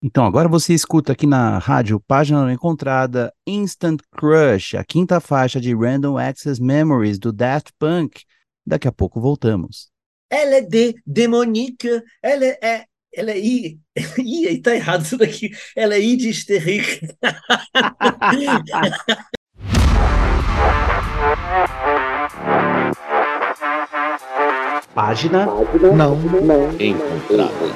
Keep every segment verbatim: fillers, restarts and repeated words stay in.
Então, agora você escuta aqui na rádio Página Não Encontrada Instant Crush, a quinta faixa de Random Access Memories do Daft Punk. Daqui a pouco voltamos. Ela é de demonique, ela é, ela é I, Ih, tá errado isso daqui. Ela é I de hysterique. Página Não. Encontrada.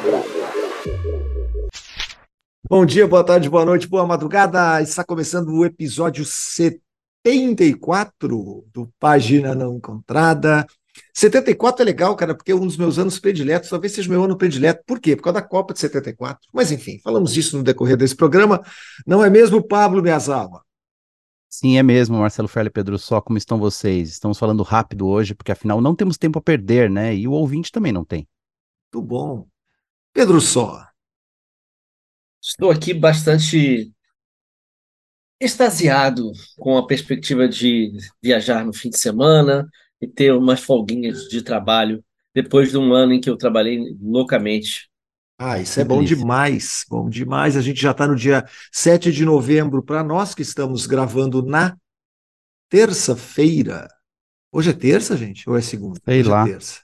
Bom dia, boa tarde, boa noite, boa madrugada. Está começando o episódio setenta e quatro do Página Não Encontrada. setenta e quatro é legal, cara, porque é um dos meus anos prediletos, talvez seja o meu ano predileto. Por quê? Por causa da Copa de setenta e quatro. Mas enfim, falamos disso no decorrer desse programa. Não é mesmo, Pablo Miyazawa? Sim, é mesmo, Marcelo Ferle e Pedro Só, como estão vocês? Estamos falando rápido hoje, porque afinal não temos tempo a perder, né? E o ouvinte também não tem. Muito bom. Pedro Só. Estou aqui bastante extasiado com a perspectiva de viajar no fim de semana e ter umas folguinhas de trabalho depois de um ano em que eu trabalhei loucamente. Ah, isso Que é bom delícia. demais, bom demais. A gente já está no dia sete de novembro, para nós que estamos gravando na terça-feira. Hoje é terça, gente? Ou é segunda? Sei Hoje é lá. terça.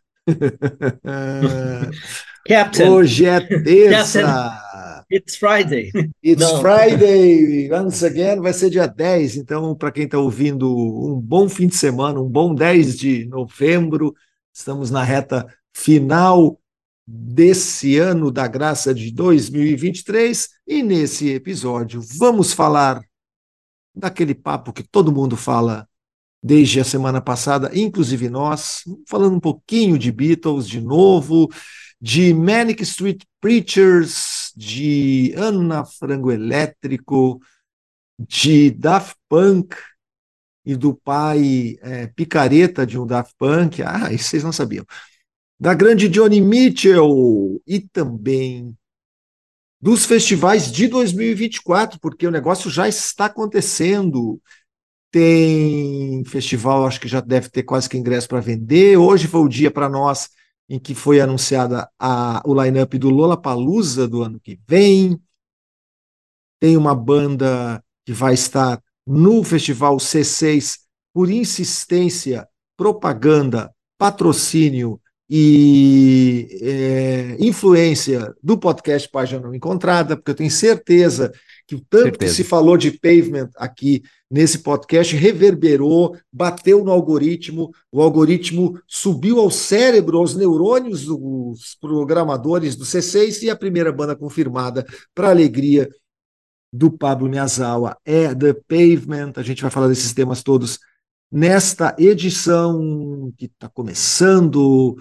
Captain, Hoje é Captain, terça. it's Friday. It's Não. Friday. Once again, vai ser dia dez. Então, para quem está ouvindo, um bom fim de semana, um bom dez de novembro. Estamos na reta final desse ano da graça de dois mil e vinte e três. E nesse episódio, vamos falar daquele papo que todo mundo fala desde a semana passada, inclusive nós, falando um pouquinho de Beatles de novo, de Manic Street Preachers, de Ana Frango Elétrico, de Daft Punk e do pai é, picareta de um Daft Punk, ah, isso vocês não sabiam, da grande Johnny Mitchell e também dos festivais de dois mil e vinte e quatro, porque o negócio já está acontecendo. Tem festival, acho que já deve ter quase que ingresso para vender. Hoje foi o dia para nós em que foi anunciada a, o line-up do Lollapalooza do ano que vem. Tem uma banda que vai estar no Festival C seis por insistência, propaganda, patrocínio e é, influência do podcast Página Não Encontrada, porque eu tenho certeza que o tanto que se Certeza. falou de Pavement aqui nesse podcast reverberou, bateu no algoritmo, o algoritmo subiu ao cérebro, aos neurônios dos programadores do C seis e a primeira banda confirmada para alegria do Pablo Miyazawa é The Pavement. A gente vai falar desses temas todos nesta edição que está começando.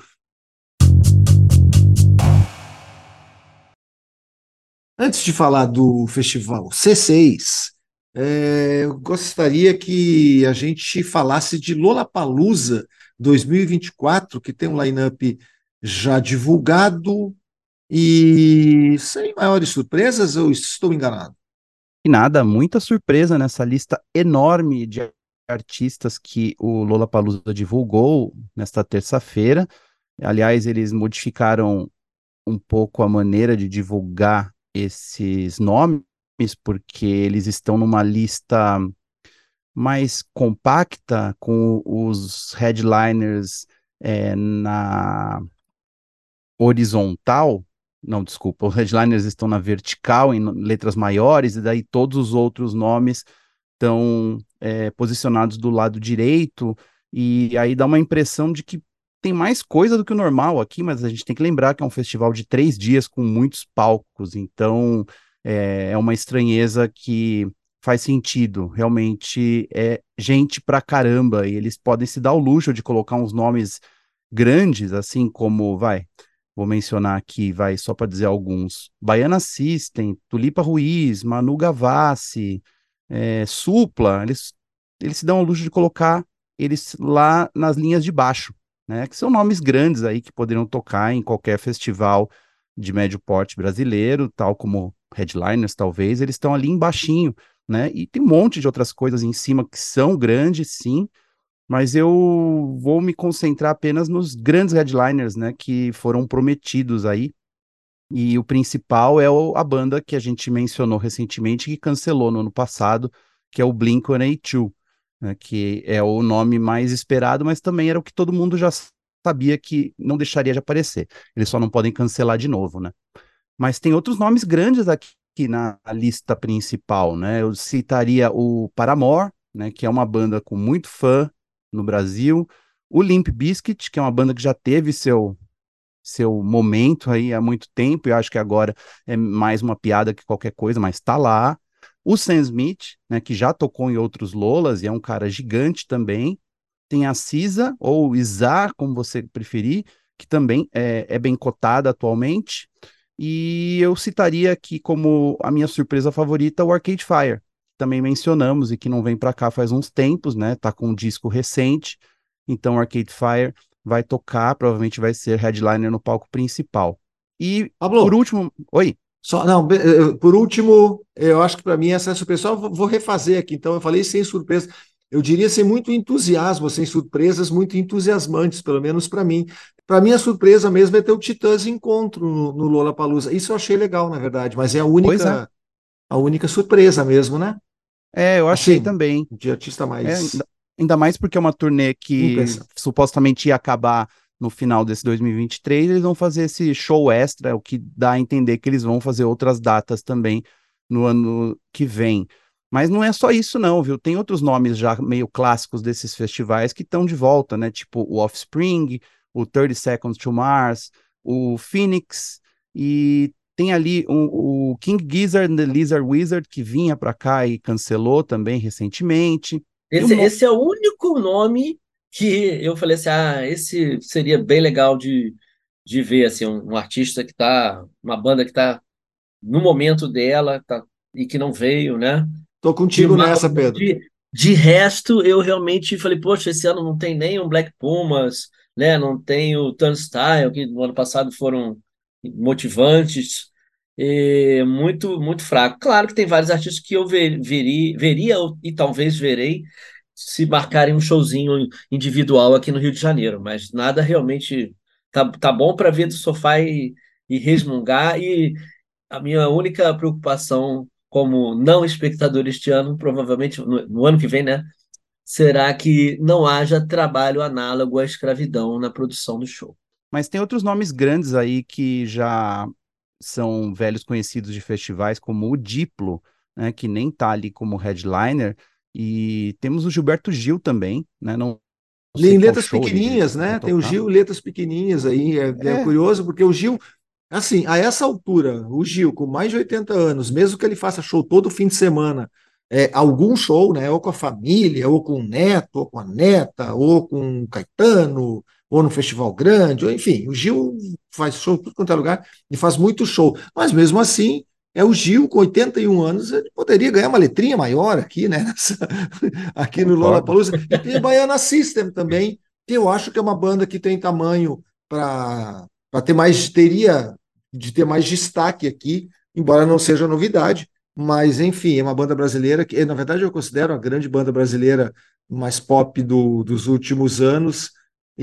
Antes de falar do festival C seis, é, eu gostaria que a gente falasse de Lollapalooza dois mil e vinte e quatro, que tem um line-up já divulgado e sem maiores surpresas, eu estou enganado. E nada, muita surpresa nessa lista enorme de artistas que o Lollapalooza divulgou nesta terça-feira. Aliás, eles modificaram um pouco a maneira de divulgar esses nomes, porque eles estão numa lista mais compacta, com os headliners é, na horizontal. Não, desculpa, os headliners estão na vertical, em letras maiores, e daí todos os outros nomes estão é, posicionados do lado direito, e aí dá uma impressão de que tem mais coisa do que o normal aqui, mas a gente tem que lembrar que é um festival de três dias com muitos palcos, então é, é uma estranheza que faz sentido, realmente é gente pra caramba, e eles podem se dar o luxo de colocar uns nomes grandes, assim como, vai, vou mencionar aqui, vai, só para dizer alguns, Baiana System, Tulipa Ruiz, Manu Gavassi, é, Supla, eles, eles se dão ao luxo de colocar eles lá nas linhas de baixo, né? Que são nomes grandes aí que poderiam tocar em qualquer festival de médio porte brasileiro, tal como headliners, talvez, eles estão ali embaixinho, né? E tem um monte de outras coisas em cima que são grandes, sim, mas eu vou me concentrar apenas nos grandes headliners, né? Que foram prometidos aí E o principal é o- a banda que a gente mencionou recentemente, que cancelou no ano passado, que é o blink one eighty-two, né, que é o nome mais esperado, mas também era o que todo mundo já s- sabia que não deixaria de aparecer. Eles só não podem cancelar de novo, né? Mas tem outros nomes grandes aqui na lista principal, né? Eu citaria o Paramore, né, que é uma banda com muito fã no Brasil, o Limp Bizkit, que é uma banda que já teve seu seu momento aí há muito tempo, e acho que agora é mais uma piada que qualquer coisa, mas tá lá. O Sam Smith, né, que já tocou em outros Lolas e é um cara gigante também. Tem a Cisa, ou Isa, como você preferir, que também é, é bem cotada atualmente. E eu citaria aqui como a minha surpresa favorita o Arcade Fire, que também mencionamos e que não vem para cá faz uns tempos, né? Tá com um disco recente. Então, Arcade Fire vai tocar, provavelmente vai ser headliner no palco principal. E por Pablo, último, oi, só, não, be- eh, por último, eu acho que para mim essa é a surpresa. Só vou vou refazer aqui. Então, eu falei sem surpresa. Eu diria sem muito entusiasmo, sem surpresas muito entusiasmantes, pelo menos para mim. Para mim, a surpresa mesmo é ter o Titãs Encontro no, no Lollapalooza. Isso eu achei legal, na verdade, mas é a pois é, única, a única surpresa mesmo, né? é, eu achei Assim, também. de artista É, mais ainda, ainda mais porque é uma turnê que impressão. supostamente ia acabar no final desse dois mil e vinte e três, eles vão fazer esse show extra, o que dá a entender que eles vão fazer outras datas também no ano que vem. Mas não é só isso não, viu? Tem outros nomes já meio clássicos desses festivais que estão de volta, né? Tipo o Offspring, o thirty Seconds to Mars, o Phoenix, e tem ali um- o King Gizzard and the Lizard Wizard, que vinha para cá e cancelou também recentemente. E um Esse, monte. esse é o único nome que eu falei assim, ah, esse seria bem legal de, de ver, assim, um, um artista que tá, uma banda que tá no momento dela, tá, e que não veio, né? Tô De, contigo ma- nessa, Pedro. de, de resto, eu realmente falei, poxa, esse ano não tem nem um Black Pumas, né? Não tem o Turnstile, que no ano passado foram motivantes. E muito, muito fraco. Claro que tem vários artistas que eu ver, veri, veria e talvez verei se marcarem um showzinho individual aqui no Rio de Janeiro, mas nada realmente tá, tá bom para ver do sofá e, e resmungar. E a minha única preocupação como não espectador este ano, provavelmente no, no ano que vem, né? Será que não haja trabalho análogo à escravidão na produção do show. Mas tem outros nomes grandes aí que já são velhos conhecidos de festivais, como o Diplo, né, que nem tá ali como headliner, e temos o Gilberto Gil também, né, não sei Em qual letras show ele pequenininhas, vai né? Tem o tocar. Gil, letras pequenininhas aí. É, é É, curioso porque o Gil, assim, a essa altura, o Gil, com mais de oitenta anos, mesmo que ele faça show todo fim de semana, é, algum show, né? Ou com a família, ou com o neto, ou com a neta, ou com o Caetano, ou no festival grande, ou enfim, o Gil faz show em tudo quanto é lugar e faz muito show. Mas mesmo assim, é o Gil, com oitenta e um anos, ele poderia ganhar uma letrinha maior aqui, né? Nessa- aqui no concordo. Lollapalooza. E tem o Baiana System também, que eu acho que é uma banda que tem tamanho para ter mais, teria de ter mais destaque aqui, embora não seja novidade, mas enfim, é uma banda brasileira que, na verdade, eu considero a grande banda brasileira mais pop do, dos últimos anos,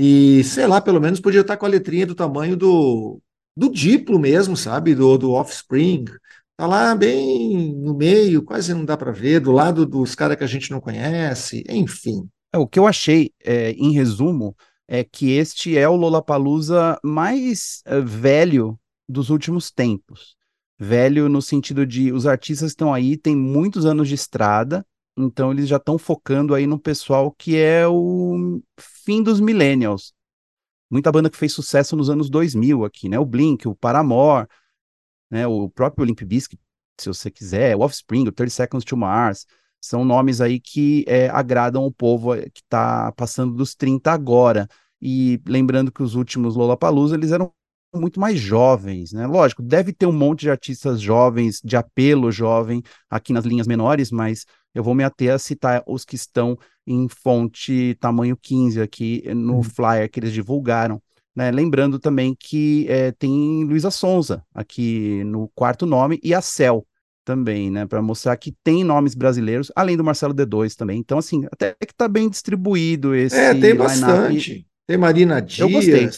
e sei lá, pelo menos podia estar com a letrinha do tamanho do, do Diplo mesmo, sabe? Do, do Offspring. Tá lá bem no meio, quase não dá para ver, do lado dos caras que a gente não conhece, enfim. É, o que eu achei, é, em resumo, é que este é o Lollapalooza mais é, velho dos últimos tempos. Velho no sentido de os artistas estão aí, têm muitos anos de estrada, então eles já estão focando aí no pessoal que é o fim dos millennials. Muita banda que fez sucesso nos anos dois mil aqui, né? O Blink, o Paramore, né? O próprio Limp Bizkit, se você quiser, o Offspring, o thirty Seconds to Mars, são nomes aí que é, agradam o povo eh, que está passando dos trinta agora. E lembrando que os últimos Lollapalooza, eles eram muito mais jovens, né? Lógico, deve ter um monte de artistas jovens, de apelo jovem, aqui nas linhas menores, mas eu vou me ater a citar os que estão em fonte tamanho quinze aqui no flyer que eles divulgaram, né? Lembrando também que é, tem Luísa Sonza aqui no quarto nome e a Cel também, né? Para mostrar que tem nomes brasileiros, além do Marcelo D dois também. Então, assim, até que tá bem distribuído É, tem esse line-up. bastante. Tem Marina Eu gostei. Dias.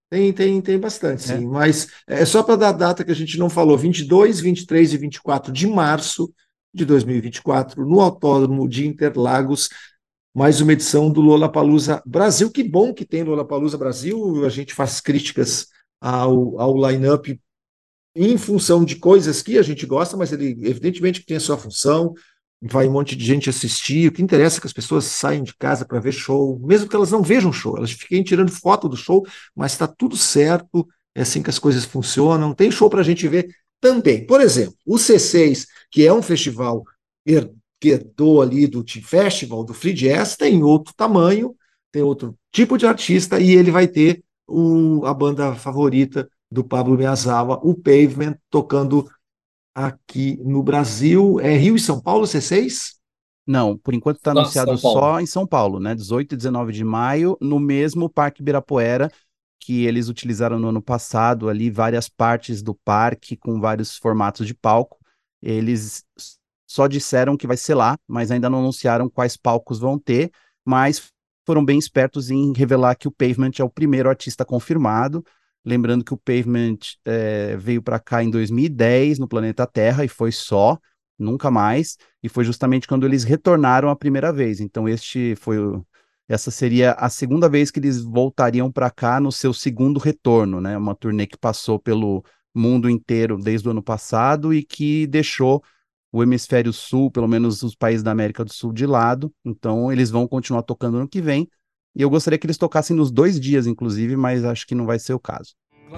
Tem, tem, tem bastante, É. sim. Mas é só para dar a data que a gente não falou: vinte e dois, vinte e três e vinte e quatro de março de dois mil e vinte e quatro, no Autódromo de Interlagos, mais uma edição do Lollapalooza Brasil. Que bom que tem Lollapalooza Brasil. A gente faz críticas ao, ao line-up em função de coisas que a gente gosta, mas ele evidentemente que tem a sua função, vai um monte de gente assistir, o que interessa é que as pessoas saiam de casa para ver show, mesmo que elas não vejam show, elas fiquem tirando foto do show, mas está tudo certo, é assim que as coisas funcionam, tem show para a gente ver também. Por exemplo, o C seis, que é um festival que herdou ali do Team Festival, do Free Jazz, tem outro tamanho, tem outro tipo de artista, e ele vai ter o, a banda favorita do Pablo Miyazawa, o Pavement, tocando aqui no Brasil. É Rio e São Paulo, C seis? Não, por enquanto está Só anunciado São Paulo. só em São Paulo, né? dezoito e dezenove de maio, no mesmo Parque Ibirapuera, que eles utilizaram no ano passado ali, várias partes do parque com vários formatos de palco. Eles só disseram que vai ser lá, mas ainda não anunciaram quais palcos vão ter, mas foram bem espertos em revelar que o Pavement é o primeiro artista confirmado. Lembrando que o Pavement é, veio para cá em dois mil e dez, no planeta Terra, e foi só, nunca mais. E foi justamente quando eles retornaram a primeira vez. Então, este foi o, essa seria a segunda vez que eles voltariam para cá no seu segundo retorno, né? Uma turnê que passou pelo mundo inteiro desde o ano passado e que deixou o hemisfério sul, pelo menos os países da América do Sul, de lado. Então, eles vão continuar tocando no que vem. E eu gostaria que eles tocassem nos dois dias, inclusive, mas acho que não vai ser o caso.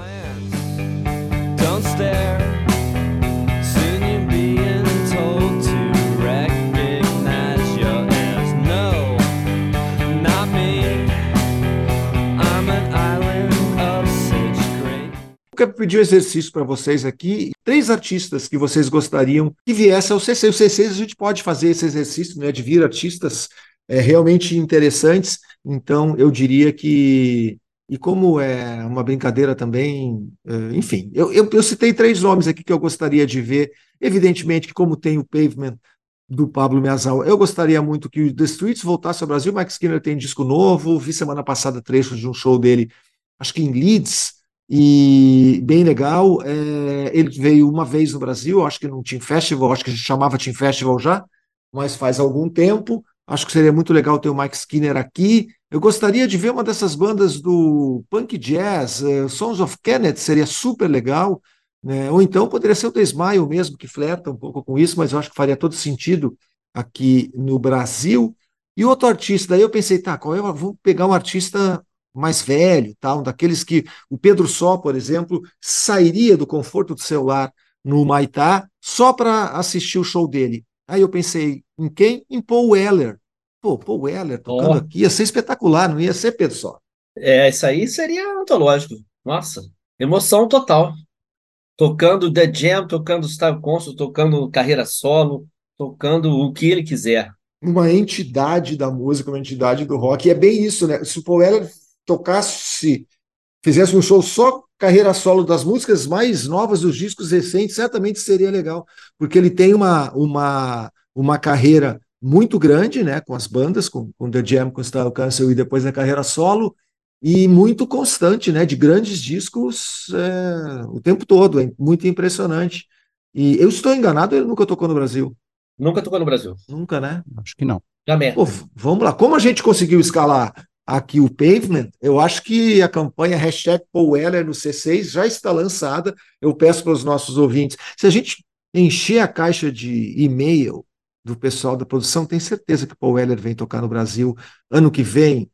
Glance, don't stare. Soon you're being told to recognize your as no, not me. I'm an island of such great. Eu quero pedir um exercício para vocês aqui. Três artistas que vocês gostariam que viessem ao C seis. O C seis a gente pode fazer esse exercício, né, de vir artistas é, realmente interessantes. Então, eu diria que, e como é uma brincadeira também, é, enfim, eu, eu, eu citei três nomes aqui que eu gostaria de ver. Evidentemente que como tem o Pavement do Pablo Miyazawa, eu gostaria muito que o The Streets voltasse ao Brasil. Mike Skinner tem disco novo, vi semana passada trechos de um show dele, acho que em Leeds, e bem legal. É, ele veio uma vez no Brasil, acho que no Team Festival, acho que a gente chamava Team Festival já, mas faz algum tempo. Acho que seria muito legal ter o Mike Skinner aqui. Eu gostaria de ver uma dessas bandas do punk jazz, uh, Sons of Kemet, seria super legal, né? Ou então poderia ser o The Smile mesmo, que flerta um pouco com isso, mas eu acho que faria todo sentido aqui no Brasil. E outro artista, daí eu pensei, tá, qual é? Vou pegar um artista mais velho, tá? Um daqueles que o Pedro Só, por exemplo, sairia do conforto do seu lar no Maitá só para assistir o show dele. Aí eu pensei, em quem? Em Paul Weller. Pô, Paul Weller tocando Ó, aqui ia ser espetacular, não ia ser, Pedro Só? é, isso aí seria antológico. Nossa, emoção total. Tocando The Jam, tocando Style Concert, tocando carreira solo, tocando o que ele quiser. Uma entidade da música, uma entidade do rock. E é bem isso, né? Se o Paul Weller tocasse, fizesse um show só carreira solo das músicas mais novas dos discos recentes, certamente seria legal, porque ele tem uma, uma, uma carreira muito grande, né, com as bandas, com, com The Jam, com Style Council e depois na carreira solo, e muito constante, né, de grandes discos é, o tempo todo, é muito impressionante. E eu estou enganado, ele nunca tocou no Brasil. Nunca tocou no Brasil. Nunca, né? Acho que não. Jamais. Pô, vamos lá. Como a gente conseguiu escalar aqui o Pavement, eu acho que a campanha hashtag Paul Weller no C seis já está lançada. Eu peço para os nossos ouvintes, se a gente encher a caixa de e-mail do pessoal da produção, tem certeza que Paul Weller vem tocar no Brasil ano que vem.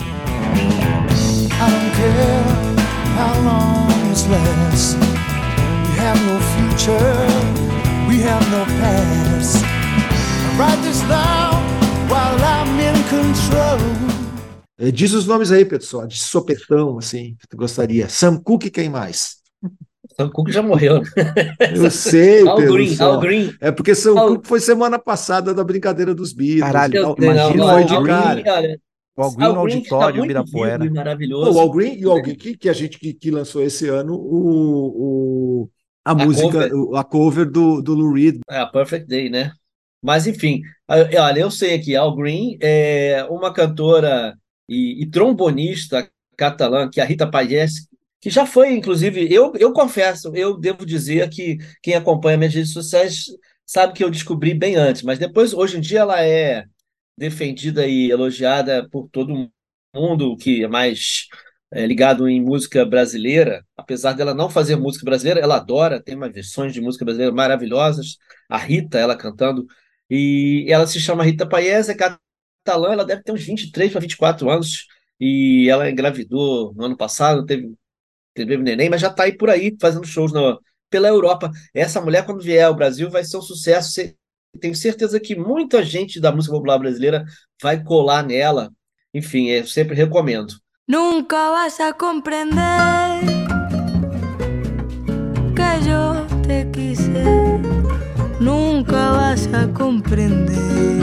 I don't care how long this lasts. We have no future, we have no past. I write this down while I'm in control. É, diz os nomes aí, pessoal, de sopetão, assim, que tu gostaria. Sam Cooke, quem mais? Sam Cooke já morreu, né? Eu sei, Al Pedro Green, Al só. Green. É porque Sam Al... Cooke foi semana passada da brincadeira dos Beatles. Caralho, Eu Então, sei, não, imagina não, o foi de Al Alguém, Green, cara. olha, o Alguém Al no Green está auditório, muito vivo e Ibirapuera. Pô, o maravilhoso. Al Green e o Al Green que, que a gente que, que lançou esse ano o, o, a A música, cover, o- a cover do, do Lou Reed. é a Perfect Day, né? Mas enfim, a- olha, eu sei que Al Green é uma cantora e, e trombonista catalã, que é a Rita Payés, que já foi, inclusive, eu, eu confesso, eu devo dizer que quem acompanha minhas redes sociais sabe que eu descobri bem antes, mas depois, hoje em dia, ela é defendida e elogiada por todo mundo que é mais é, ligado em música brasileira. Apesar dela não fazer música brasileira, ela adora, tem umas versões de música brasileira maravilhosas. A Rita, ela cantando, e ela se chama Rita Payés, é catalã, ela deve ter uns vinte e três para vinte e quatro anos, e ela engravidou no ano passado, teve, teve neném, mas já está aí por aí fazendo shows na, pela Europa. Essa mulher, quando vier ao Brasil, vai ser um sucesso. Tenho certeza que muita gente da música popular brasileira vai colar nela. Enfim, eu sempre recomendo. Nunca vas a comprender que yo te quise. Nunca vas a comprender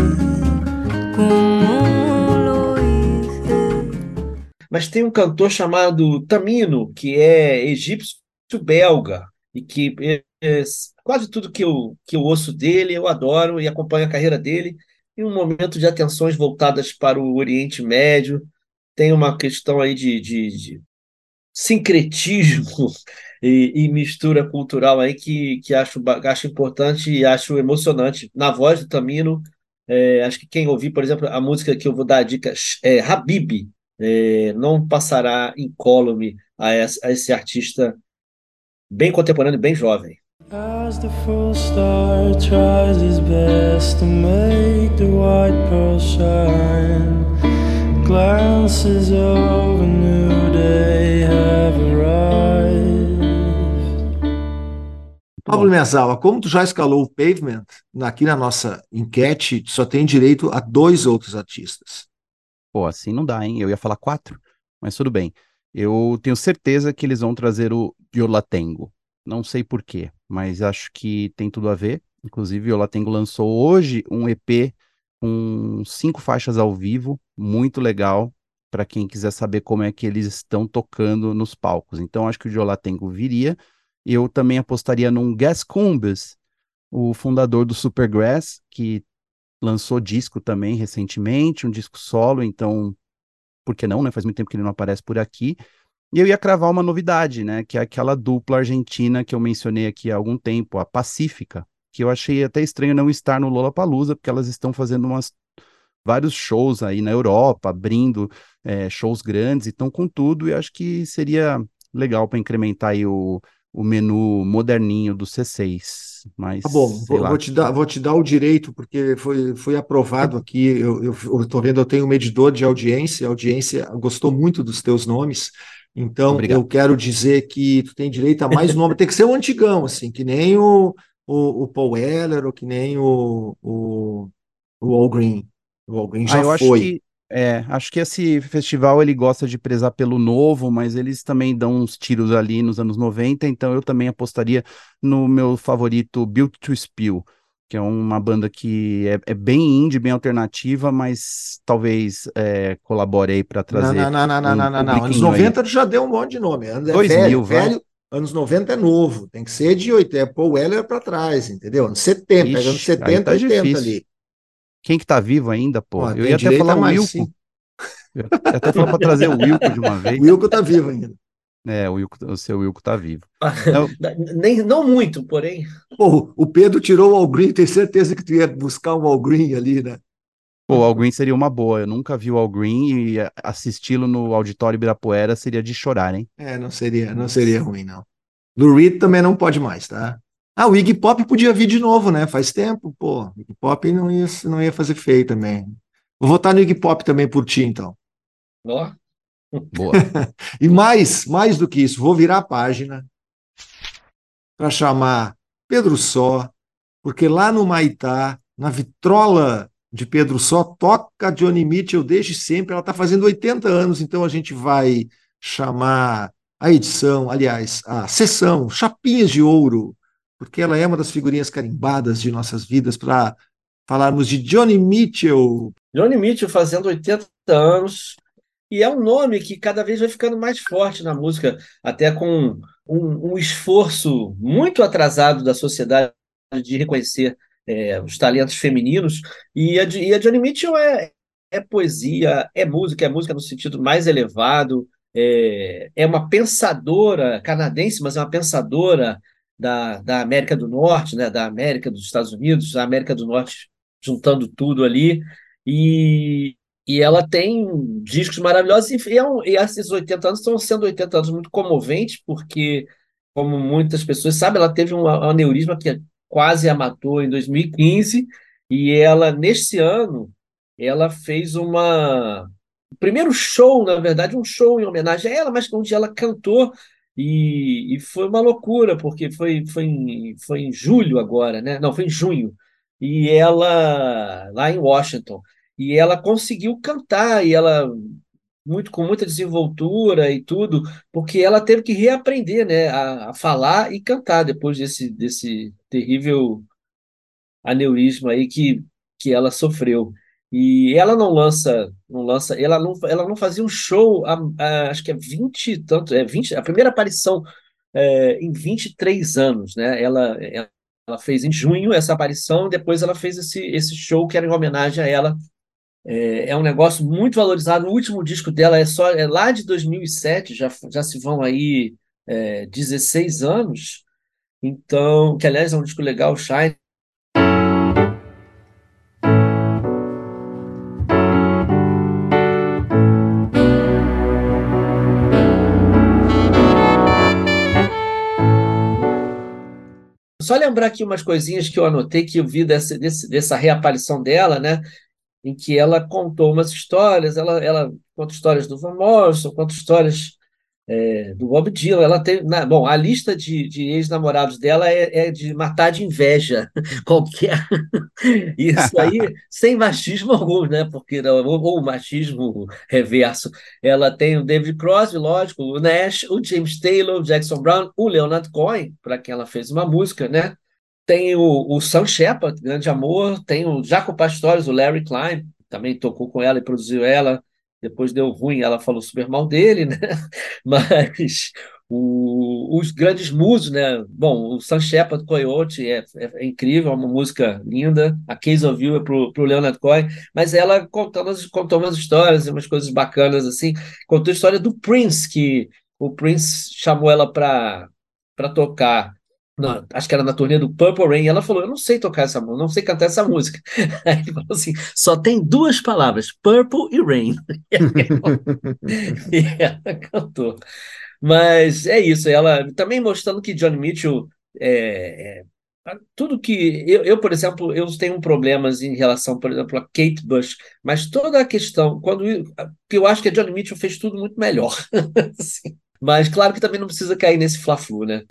como lo hice. Mas tem um cantor chamado Tamino, que é egípcio-belga, e que é, é, quase tudo que eu, que eu ouço dele, eu adoro e acompanho a carreira dele. Em um momento de atenções voltadas para o Oriente Médio, tem uma questão aí de, de, de sincretismo e, e mistura cultural aí que, que acho, ba- acho importante e acho emocionante. Na voz do Tamino, é, acho que quem ouvir, por exemplo, a música que eu vou dar a dica é Habibi, é, não passará incólume a esse, a esse artista bem contemporâneo, bem jovem. As the full star tries his best to make the white pearl shine, glances of a new day have arrived. Pablo Meazzawa, como tu já escalou o Pavement, aqui na nossa enquete só tem direito a dois outros artistas. Pô, assim não dá, hein? Eu ia falar quatro, mas tudo bem. Eu tenho certeza que eles vão trazer o Yo La Tengo. Não sei por quê, mas acho que tem tudo a ver. Inclusive, o Yo La Tengo lançou hoje um E P com cinco faixas ao vivo, muito legal, para quem quiser saber como é que eles estão tocando nos palcos. Então, acho que o Yo La Tengo viria. Eu também apostaria num Gas Combs, o fundador do Supergrass, que lançou disco também recentemente, um disco solo, então, por que não, né? Faz muito tempo que ele não aparece por aqui. E eu ia cravar uma novidade, né? Que é aquela dupla argentina que eu mencionei aqui há algum tempo, a Pacífica, que eu achei até estranho não estar no Lollapalooza, porque elas estão fazendo umas, vários shows aí na Europa, abrindo é, shows grandes, e estão com tudo, e acho que seria legal para incrementar aí o, o menu moderninho do C seis, mas Tá bom, sei vou, lá. vou te dar, vou te dar o direito, porque foi, foi aprovado aqui. Eu estou vendo, eu tenho um medidor de audiência, a audiência gostou muito dos teus nomes, então eu Obrigado. quero dizer que tu tem direito a mais um nome, tem que ser um antigão, assim, que nem o, o, o Paul Weller, ou que nem o, o, o Al Green. O Al Green Ah, já eu acho foi. que é, acho que esse festival ele gosta de prezar pelo novo, mas eles também dão uns tiros ali nos anos noventa, então eu também apostaria no meu favorito Built to Spill, que é uma banda que é, é bem indie, bem alternativa, mas talvez é, colabore aí para Não, não, trazer não, não, não, um não, não, não. Anos publiquinho aí. noventa já deu um monte de nome. Anos é Dois velho, mil, vai. velho. Anos noventa é novo. Tem que ser de oitenta. É Paul Weller para trás, entendeu? Anos setenta, pega anos Ixi, aí setenta, tá oitenta difícil. ali. Quem que tá vivo ainda, pô? Ó, Eu tem ia até direito falar a o mais, Wilco. sim. Eu ia até falar para trazer o Wilco de uma O vez. Wilco tá vivo ainda. É, o Wilco, o seu Wilco tá vivo. Não, Nem, não muito, porém. Pô, o Pedro tirou o Al Green, tenho certeza que tu ia buscar um Al Green ali, né? pô, o Al Green seria uma boa. Eu nunca vi o Al Green e a- assisti-lo no Auditório Ibirapuera seria de chorar, hein? É, não seria, não seria ruim, não. Lou Reed também não pode mais, tá? Ah, o Iggy Pop podia vir de novo, né? Faz tempo, pô. O Iggy Pop não ia, não ia fazer feio também. Vou votar no Iggy Pop também por ti, então. Ó, Boa. E mais, mais do que isso, vou virar a página para chamar Pedro Só, porque lá no Maitá, na vitrola de Pedro Só, toca Johnny Mitchell desde sempre. Ela está fazendo oitenta anos, então a gente vai chamar a edição, aliás, a sessão Chapinhas de Ouro, porque ela é uma das figurinhas carimbadas de nossas vidas, para falarmos de Johnny Mitchell. Johnny Mitchell fazendo oitenta anos, e é um nome que cada vez vai ficando mais forte na música, até com um, um esforço muito atrasado da sociedade de reconhecer é, os talentos femininos. E a, e a Johnny Mitchell é, é poesia, é música, é música no sentido mais elevado, é, é uma pensadora canadense, mas é uma pensadora da, da América do Norte, né, da América dos Estados Unidos, da América do Norte, juntando tudo ali, e, e ela tem discos maravilhosos, e, é um, e esses oitenta anos estão sendo oitenta anos muito comoventes, porque, como muitas pessoas sabem, ela teve um aneurisma que quase a matou em dois mil e quinze, e ela, neste ano, ela fez uma o primeiro show, na verdade, um show em homenagem a ela, mas onde ela cantou e, e foi uma loucura, porque foi, foi, em, foi em julho agora, né? Não, foi em junho. E ela, lá em Washington, e ela conseguiu cantar, e ela, muito com muita desenvoltura e tudo, porque ela teve que reaprender, né, a, a falar e cantar depois desse, desse terrível aneurisma aí que, que ela sofreu. E ela não lança, não lança, ela não, ela não fazia um show, há, há, acho que é vinte e tanto, é vinte a primeira aparição é, em vinte e três anos, né? Ela, ela, ela fez em junho essa aparição, depois ela fez esse, esse show que era em homenagem a ela. É, é um negócio muito valorizado. O último disco dela é só é lá de dois mil e sete, já, já se vão aí é, dezesseis anos. Então, que aliás é um disco legal, Shine. Só lembrar aqui umas coisinhas que eu anotei que eu vi dessa, desse, dessa reaparição dela, né? Em que ela contou umas histórias, ela, ela conta histórias do Van Morrison, conta histórias é, do Bob Dylan. Ela tem, na, bom, a lista de, de ex-namorados dela é, é de matar de inveja qualquer. Isso aí, sem machismo algum, né? Porque não, ou, ou o machismo reverso. Ela tem o David Crosby, lógico, o Nash, o James Taylor, o Jackson Brown, o Leonard Cohen, para quem ela fez uma música, né? Tem o, o Sam Shepard, Grande Amor, tem o Jaco Pastorius, o Larry Klein, também tocou com ela e produziu ela, depois deu ruim, ela falou super mal dele, né? Mas o, os grandes músicos, né? Bom, o Sam Shepard Coyote é, é, é incrível, é uma música linda, a Case of You é pro, pro Leonard Cohen, mas ela contou umas, contou umas histórias, umas coisas bacanas, assim, contou a história do Prince, que o Prince chamou ela para para tocar na- acho que era na turnê do Purple Rain, e ela falou: Eu não sei tocar essa música, não sei cantar essa música. Aí ele falou assim: só tem duas palavras, Purple e Rain. E ela cantou. Mas é isso, ela também mostrando que Johnny Mitchell é, é, tudo que eu, eu, por exemplo, eu tenho problemas em relação, por exemplo, a Kate Bush, mas toda a questão, quando que eu acho que a Johnny Mitchell fez tudo muito melhor. Assim. Mas claro que também não precisa cair nesse fla-flu, né?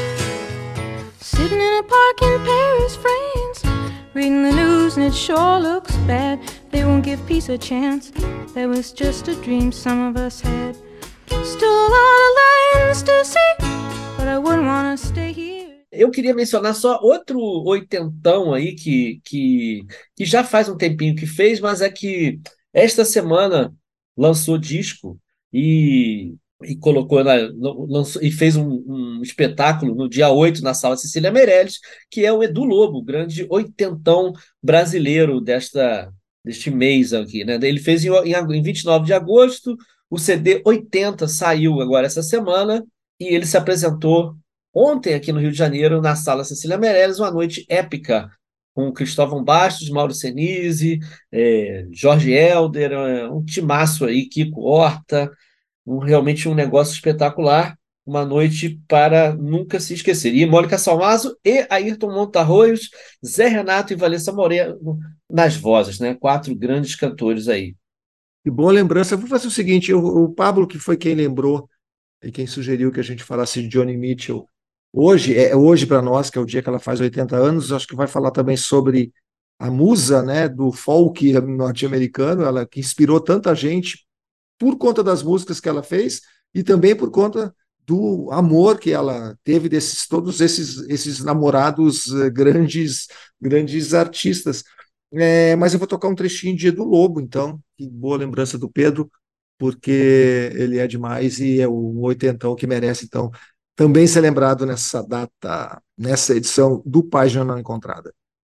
Sitting in a park in Paris, France, reading the news and it sure looks bad. They won't give peace a chance. That was just a dream some of us had. Still a lot of lands to see, but I wouldn't want to stay here. Eu queria mencionar só outro oitentão aí que, que, que já faz um tempinho que fez, mas é que esta semana lançou disco e, e colocou na, lançou, e fez um, um espetáculo no dia oito na Sala Cecília Meirelles, que é o Edu Lobo, o grande oitentão brasileiro desta, deste mês aqui, né? Ele fez em, em, em vinte e nove de agosto, o C D oitenta saiu agora essa semana e ele se apresentou ontem, aqui no Rio de Janeiro, na Sala Cecília Meirelles, uma noite épica, com Cristóvão Bastos, Mauro Senise, é, Jorge Helder, é, um timaço aí, Kiko Horta, um, realmente um negócio espetacular, uma noite para nunca se esquecer. E Mônica Salmazo e Ayrton Montarroios, Zé Renato e Vanessa Moreno nas vozes, né? Quatro grandes cantores aí. Que boa lembrança. Eu vou fazer o seguinte, o, o Pablo, que foi quem lembrou e quem sugeriu que a gente falasse de Johnny Mitchell, hoje, é hoje para nós, que é o dia que ela faz oitenta anos, acho que vai falar também sobre a musa, né, do folk norte-americano, ela que inspirou tanta gente por conta das músicas que ela fez e também por conta do amor que ela teve desses todos esses, esses namorados uh, grandes grandes artistas. É, mas eu vou tocar um trechinho de Edu Lobo, então, que boa lembrança do Pedro, porque ele é demais e é um oitentão que merece, então, também ser lembrado nessa data, nessa edição do Página Não Encontrada.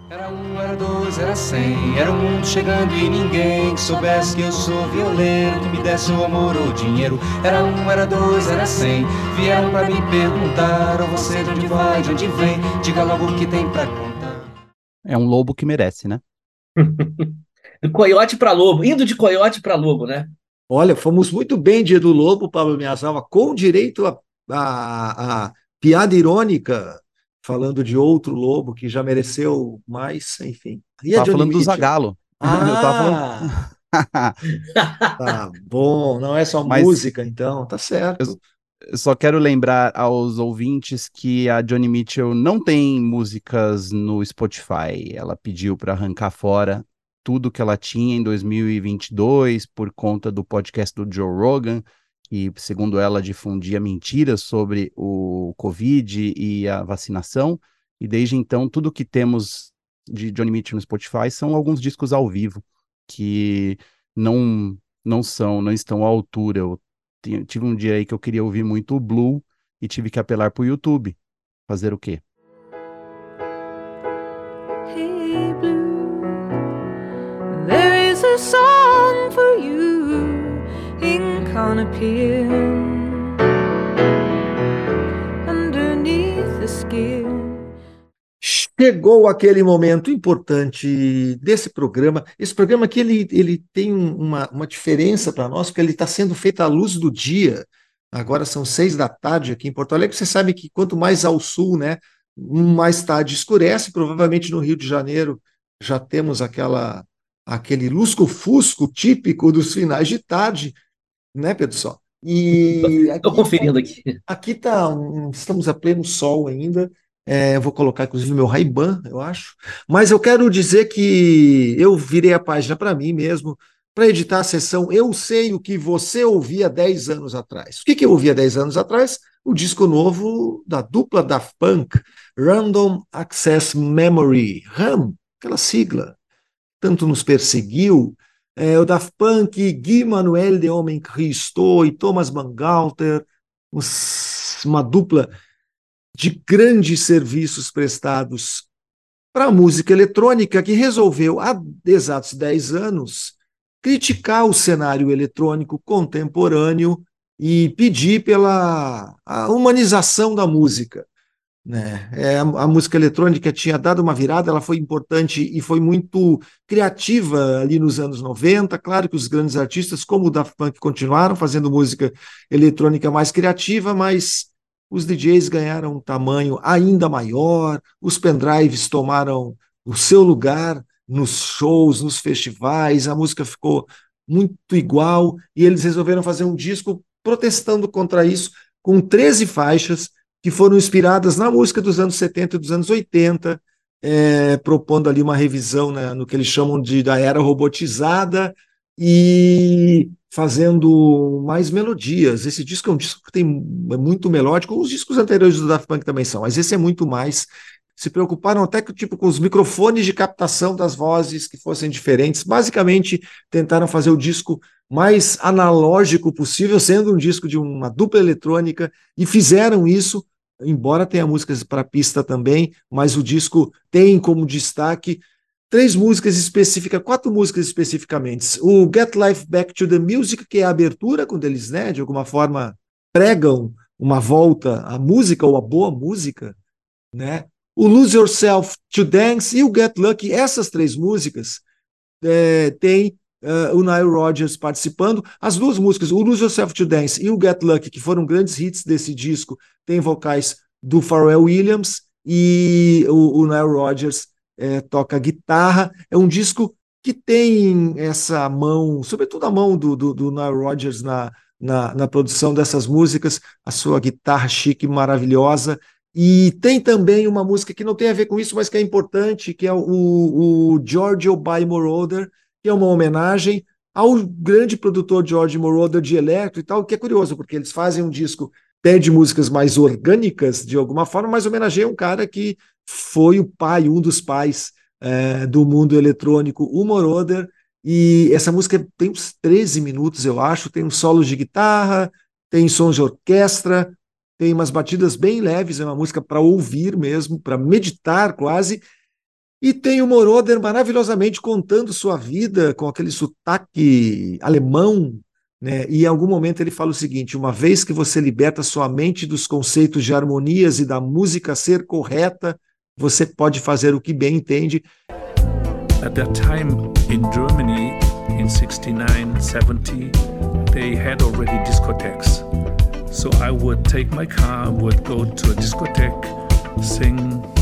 Era um, era dois, era cem, era o mundo chegando e ninguém que soubesse que eu sou violeiro, que me desse o amor ou dinheiro. Era um, era dois, era cem, vieram pra me perguntar, ou você de onde vai, de onde vem, diga logo o que tem pra contar. É um lobo que merece, né? Do coiote para lobo, indo de coiote para lobo, né? Olha, fomos muito bem de Edu Lobo, Pablo Miyazawa, com direito a, a, a piada irônica, falando de outro lobo que já mereceu mais, enfim. E a Tava Johnny falando do Mitchell? Zagalo. Eu tava falando. Ah, tá bom, não é só Mas música, então, tá eu, certo. eu só quero lembrar aos ouvintes que a Johnny Mitchell não tem músicas no Spotify. Ela pediu para arrancar fora tudo que ela tinha em dois mil e vinte e dois por conta do podcast do Joe Rogan, que, segundo ela, difundia mentiras sobre o Covid e a vacinação. E desde então, tudo que temos de Johnny Mitchell no Spotify são alguns discos ao vivo que não não são, não estão à altura. Eu ti- tive um dia aí que eu queria ouvir muito o Blue e tive que apelar para o YouTube. Fazer o quê? Hey blue, there is a song for you, ink on a pin, underneath the skin. Chegou aquele momento importante desse programa. Esse programa aqui ele, ele tem uma, uma diferença para nós, porque ele está sendo feito à luz do dia. Agora são seis da tarde aqui em Porto Alegre. Você sabe que quanto mais ao sul, né, mais tarde escurece. Provavelmente no Rio de Janeiro já temos aquela, aquele lusco-fusco típico dos finais de tarde, né, Pedro Só? E Estou aqui conferindo aqui. Aqui tá, um- estamos a pleno sol ainda. É, eu vou colocar, inclusive, meu Ray-Ban, eu acho. Mas eu quero dizer que eu virei a página para mim mesmo, para editar a sessão. Eu sei o que você ouvia dez anos atrás. O que, que eu ouvia dez anos atrás? O disco novo da dupla Daft Punk, Random Access Memory, RAM, aquela sigla tanto nos perseguiu. É, o Daft Punk, Guy Manuel de Homem Cristo e Thomas Bangalter, os- uma dupla de grandes serviços prestados para a música eletrônica que resolveu, há exatos dez anos, criticar o cenário eletrônico contemporâneo e pedir pela a humanização da música, né? É, a, a música eletrônica tinha dado uma virada, ela foi importante e foi muito criativa ali nos anos noventa. Claro que os grandes artistas, como o Daft Punk, continuaram fazendo música eletrônica mais criativa, mas os D Js ganharam um tamanho ainda maior, os pendrives tomaram o seu lugar nos shows, nos festivais, a música ficou muito igual e eles resolveram fazer um disco protestando contra isso, com treze faixas que foram inspiradas na música dos anos setenta e dos anos oitenta, é, propondo ali uma revisão, né, no que eles chamam de da era robotizada e fazendo mais melodias. Esse disco é um disco que tem, é muito melódico, os discos anteriores do Daft Punk também são, mas esse é muito mais. Se preocuparam até que, tipo, com os microfones de captação das vozes que fossem diferentes. Basicamente, tentaram fazer o disco mais analógico possível, sendo um disco de uma dupla eletrônica, e fizeram isso, embora tenha músicas para pista também, mas o disco tem como destaque três músicas específicas, quatro músicas especificamente. O Get Life Back to the Music, que é a abertura, quando eles, né, de alguma forma, pregam uma volta à música, ou à boa música, né? O Lose Yourself to Dance e o Get Lucky, essas três músicas, é, tem uh, o Nile Rodgers participando. As duas músicas, o Lose Yourself to Dance e o Get Lucky, que foram grandes hits desse disco, tem vocais do Pharrell Williams e o, o Nile Rodgers é, toca guitarra. É um disco que tem essa mão, sobretudo a mão do, do, do Nile Rodgers na, na, na produção dessas músicas, a sua guitarra chique, maravilhosa. E tem também uma música que não tem a ver com isso, mas que é importante, que é o, o Giorgio by Moroder, que é uma homenagem ao grande produtor George Moroder de electro e tal, que é curioso, porque eles fazem um disco até de músicas mais orgânicas, de alguma forma, mas homenageia um cara que foi o pai, um dos pais é, do mundo eletrônico, o Moroder, e essa música tem uns treze minutos, eu acho, tem uns solos de guitarra, tem sons de orquestra, tem umas batidas bem leves, é uma música para ouvir mesmo, para meditar quase, E tem o Moroder maravilhosamente contando sua vida com aquele sotaque alemão, né? E em algum momento ele fala o seguinte: uma vez que você liberta sua mente dos conceitos de harmonias e da música ser correta, você pode fazer o que bem entende. At that time in Germany, in sixty-nine, seventy, they had already discotheques. So I would take my car, would go to a discotheque, sing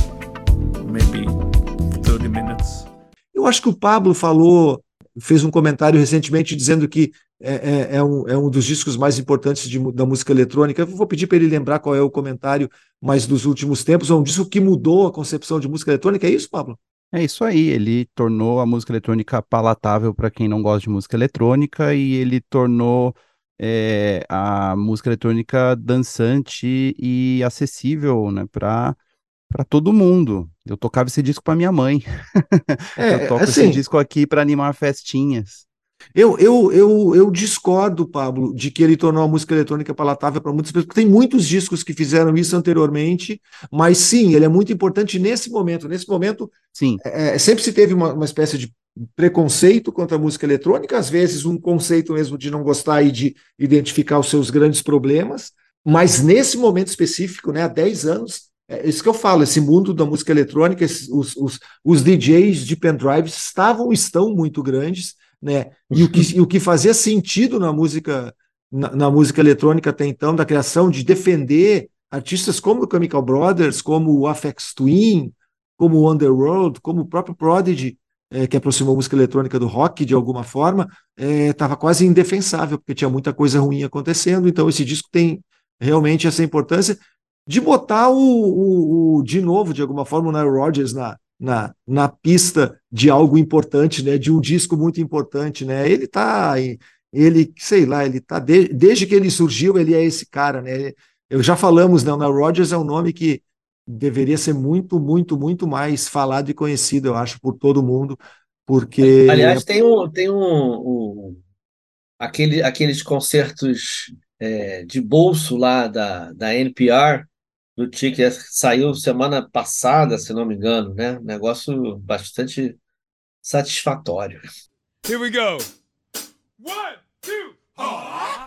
maybe thirty minutes. Eu acho que o Pablo falou, fez um comentário recentemente dizendo que é, é, é, um, é um dos discos mais importantes de, da música eletrônica. Eu vou pedir para ele lembrar qual é o comentário mais dos últimos tempos. É um disco que mudou a concepção de música eletrônica. É isso, Pablo? É isso aí, ele tornou a música eletrônica palatável para quem não gosta de música eletrônica e ele tornou é, a música eletrônica dançante e acessível, né, para para todo mundo. Eu tocava esse disco para minha mãe. É, Eu toco assim, esse disco aqui para animar festinhas. Eu, eu, eu, eu discordo, Pablo, de que ele tornou a música eletrônica palatável para muitas pessoas, porque tem muitos discos que fizeram isso anteriormente, mas sim, ele é muito importante nesse momento. Nesse momento, Sim. é, sempre se teve uma, uma espécie de preconceito contra a música eletrônica, às vezes um conceito mesmo de não gostar e de identificar os seus grandes problemas, mas nesse momento específico, né, há dez anos, é isso que eu falo, esse mundo da música eletrônica, esses, os, os, os D Js de pendrive estavam, estão muito grandes, né? E o que, e o que fazia sentido na música, na, na música eletrônica até então, da criação de defender artistas como o Chemical Brothers, como o Aphex Twin, como o Underworld, como o próprio Prodigy, é, que aproximou a música eletrônica do rock de alguma forma, estava é, quase indefensável, porque tinha muita coisa ruim acontecendo. Então esse disco tem realmente essa importância de botar o, o, o de novo, de alguma forma, o Nile Rodgers na Na, na pista de algo importante, né, de um disco muito importante, né, ele tá, ele, sei lá, ele tá, de, desde que ele surgiu, ele é esse cara, né, eu já falamos, né, o Nile Rodgers é um nome que deveria ser muito, muito, muito mais falado e conhecido, eu acho, por todo mundo, porque... Aliás, tem um, tem um, um aquele, aqueles concertos é, de bolso lá da, da N P R, do Ticket, saiu semana passada, se não me engano, né? Negócio bastante satisfatório. Here we go. One, two, oh.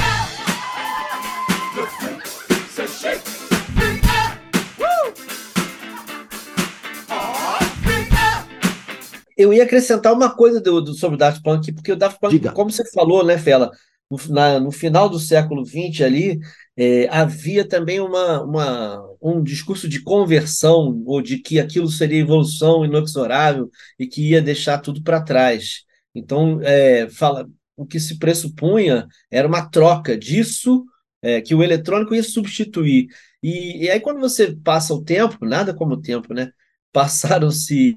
Eu ia acrescentar uma coisa do, do, sobre o Daft Punk, porque o Daft Punk, Diga. como você falou, né, Fela, no, na, no final do século vinte ali, é, havia também uma, uma, um discurso de conversão, ou de que aquilo seria evolução inexorável e que ia deixar tudo para trás. Então, é, fala, o que se pressupunha era uma troca disso, é, que o eletrônico ia substituir. E, e aí, quando você passa o tempo, nada como o tempo, né? Passaram-se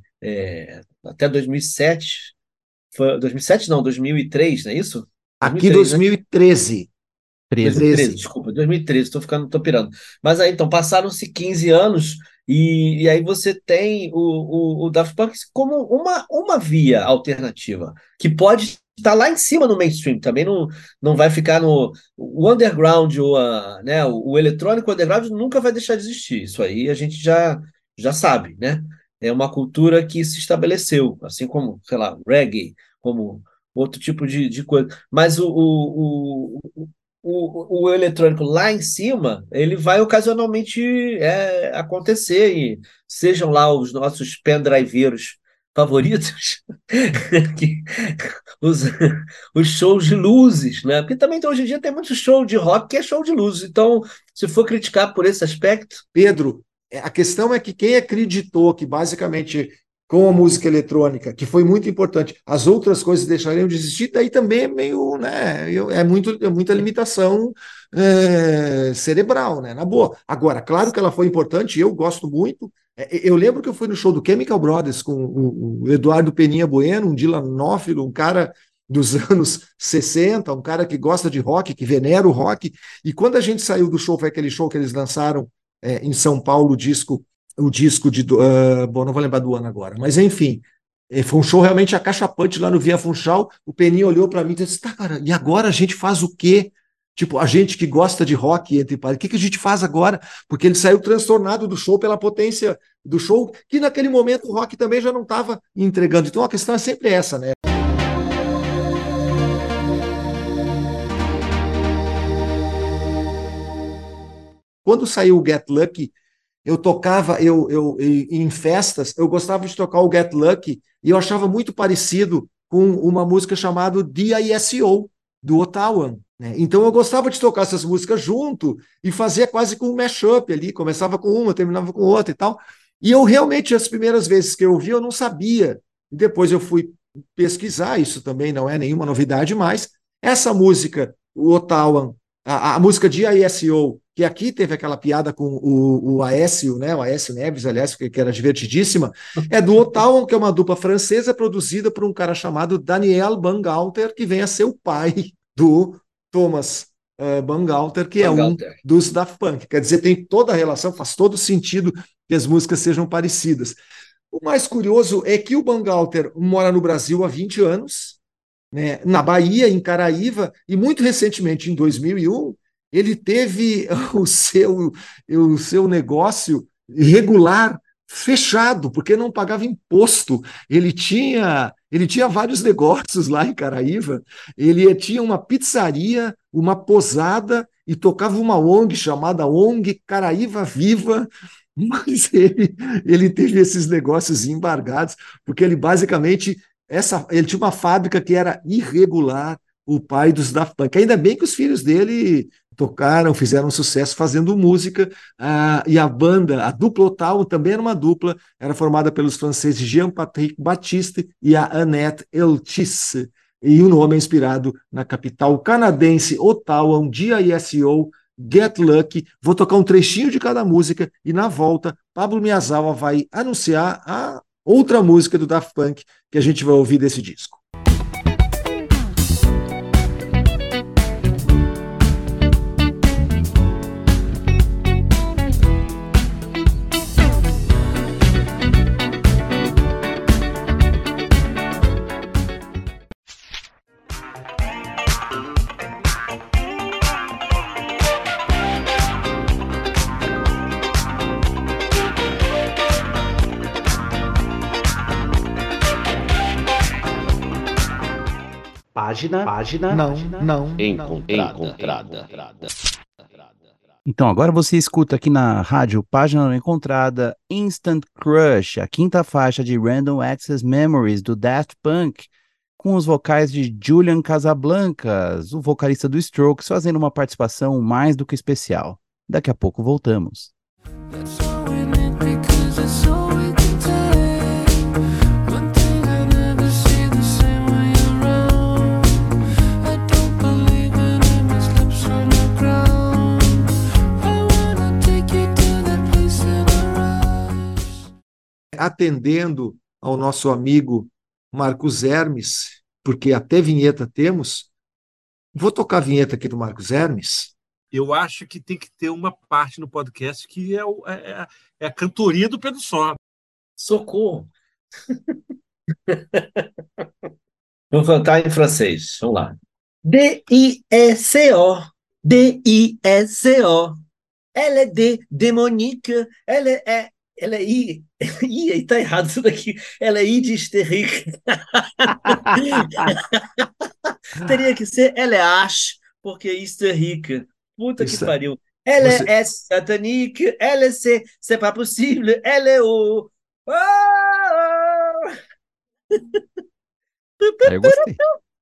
é, até dois mil e sete, foi, dois mil e sete não, dois mil e três, não é isso? Aqui dois mil e treze. dois mil e treze, desculpa, dois mil e treze, estou ficando, estou pirando. Mas aí, então, passaram-se quinze anos e, e aí você tem o, o, o Daft Punk como uma, uma via alternativa, que pode estar lá em cima no mainstream, também não, não vai ficar no... O underground, ou a, né, o, o eletrônico underground nunca vai deixar de existir, isso aí a gente já, já sabe, né? É uma cultura que se estabeleceu, assim como, sei lá, reggae, como outro tipo de, de coisa. Mas o, o, o, o, o eletrônico lá em cima, ele vai ocasionalmente é, acontecer, e sejam lá os nossos pendriveiros favoritos, que, os, os shows de luzes, né? Porque também hoje em dia tem muito show de rock que é show de luzes. Então, se for criticar por esse aspecto... Pedro, a questão é que quem acreditou que basicamente com a música eletrônica, que foi muito importante, as outras coisas deixariam de existir, daí também é meio, né, é, muito, é muita limitação é, cerebral, né, na boa. Agora, claro que ela foi importante, eu gosto muito. Eu lembro que eu fui no show do Chemical Brothers com o Eduardo Peninha Bueno, um dilanófilo, um cara dos anos sessenta, um cara que gosta de rock, que venera o rock, e quando a gente saiu do show, foi aquele show que eles lançaram É, em São Paulo, o disco, o disco de... Uh, bom, não vou lembrar do ano agora, mas enfim, é, foi um show realmente acachapante lá no Via Funchal. O Peninha olhou para mim e disse, tá, cara, e agora a gente faz o quê? Tipo, a gente que gosta de rock, entre parênteses, o que, que a gente faz agora? Porque ele saiu transtornado do show pela potência do show, que naquele momento o rock também já não estava entregando. Então a questão é sempre essa, né? Quando saiu o Get Lucky, eu tocava, eu, eu, eu, em festas, eu gostava de tocar o Get Lucky e eu achava muito parecido com uma música chamada D I S O, do Otawan, né? Então eu gostava de tocar essas músicas junto e fazia quase com um mashup ali, começava com uma, terminava com outra e tal. E eu realmente, as primeiras vezes que eu ouvi, eu não sabia. E depois eu fui pesquisar, isso também não é nenhuma novidade mais. Essa música, o Otawan, a, a música D I S O, que aqui teve aquela piada com o, o Aécio, né? O Aécio Neves, aliás, que, que era divertidíssima, é do Otawan, que é uma dupla francesa produzida por um cara chamado Daniel Bangalter, que vem a ser o pai do Thomas uh, Bangalter, que Bangalter. é um dos Daft Punk. Quer dizer, tem toda a relação, faz todo sentido que as músicas sejam parecidas. O mais curioso é que o Bangalter mora no Brasil há vinte anos, né, na Bahia, em Caraíva, e muito recentemente, em dois mil e um, ele teve o seu, o seu negócio regular fechado, porque não pagava imposto. Ele tinha, ele tinha vários negócios lá em Caraíva, ele tinha uma pizzaria, uma posada e tocava uma O N G chamada O N G Caraíva Viva, mas ele, ele teve esses negócios embargados, porque ele basicamente, essa, ele tinha uma fábrica que era irregular, o pai dos Daft Punk. Ainda bem que os filhos dele tocaram, fizeram sucesso fazendo música, ah, e a banda, a dupla Otawan, também era uma dupla, era formada pelos franceses Jean-Patrick Baptiste e a Annette Eltis, e o nome é inspirado na capital canadense Ottawa, D I S O, Get Lucky. Vou tocar um trechinho de cada música e na volta, Pablo Miyazawa vai anunciar a outra música do Daft Punk que a gente vai ouvir desse disco. Página, página, Não, página não, encontrada. encontrada. Então, agora você escuta aqui na rádio Página Não Encontrada Instant Crush, a quinta faixa de Random Access Memories do Daft Punk, com os vocais de Julian Casablancas, o vocalista do Strokes, fazendo uma participação mais do que especial. Daqui a pouco voltamos. Atendendo ao nosso amigo Marcos Hermes, porque até vinheta temos, vou tocar a vinheta aqui do Marcos Hermes. Eu acho que tem que ter uma parte no podcast que é, o, é, é a cantoria do Pedro Som. Socorro! Vamos cantar em francês. Vamos lá. D I S O, D I S O. Ela é de demonique, ela é, ela é I, Ih, tá errado isso daqui. Ela é I de hystérique. Teria que ser ela é H, porque é hystérique. Puta Isso que é- pariu. Ela você- é satanique, ela é C, c'est pas possible, ela é O. Ah! Aí eu gostei.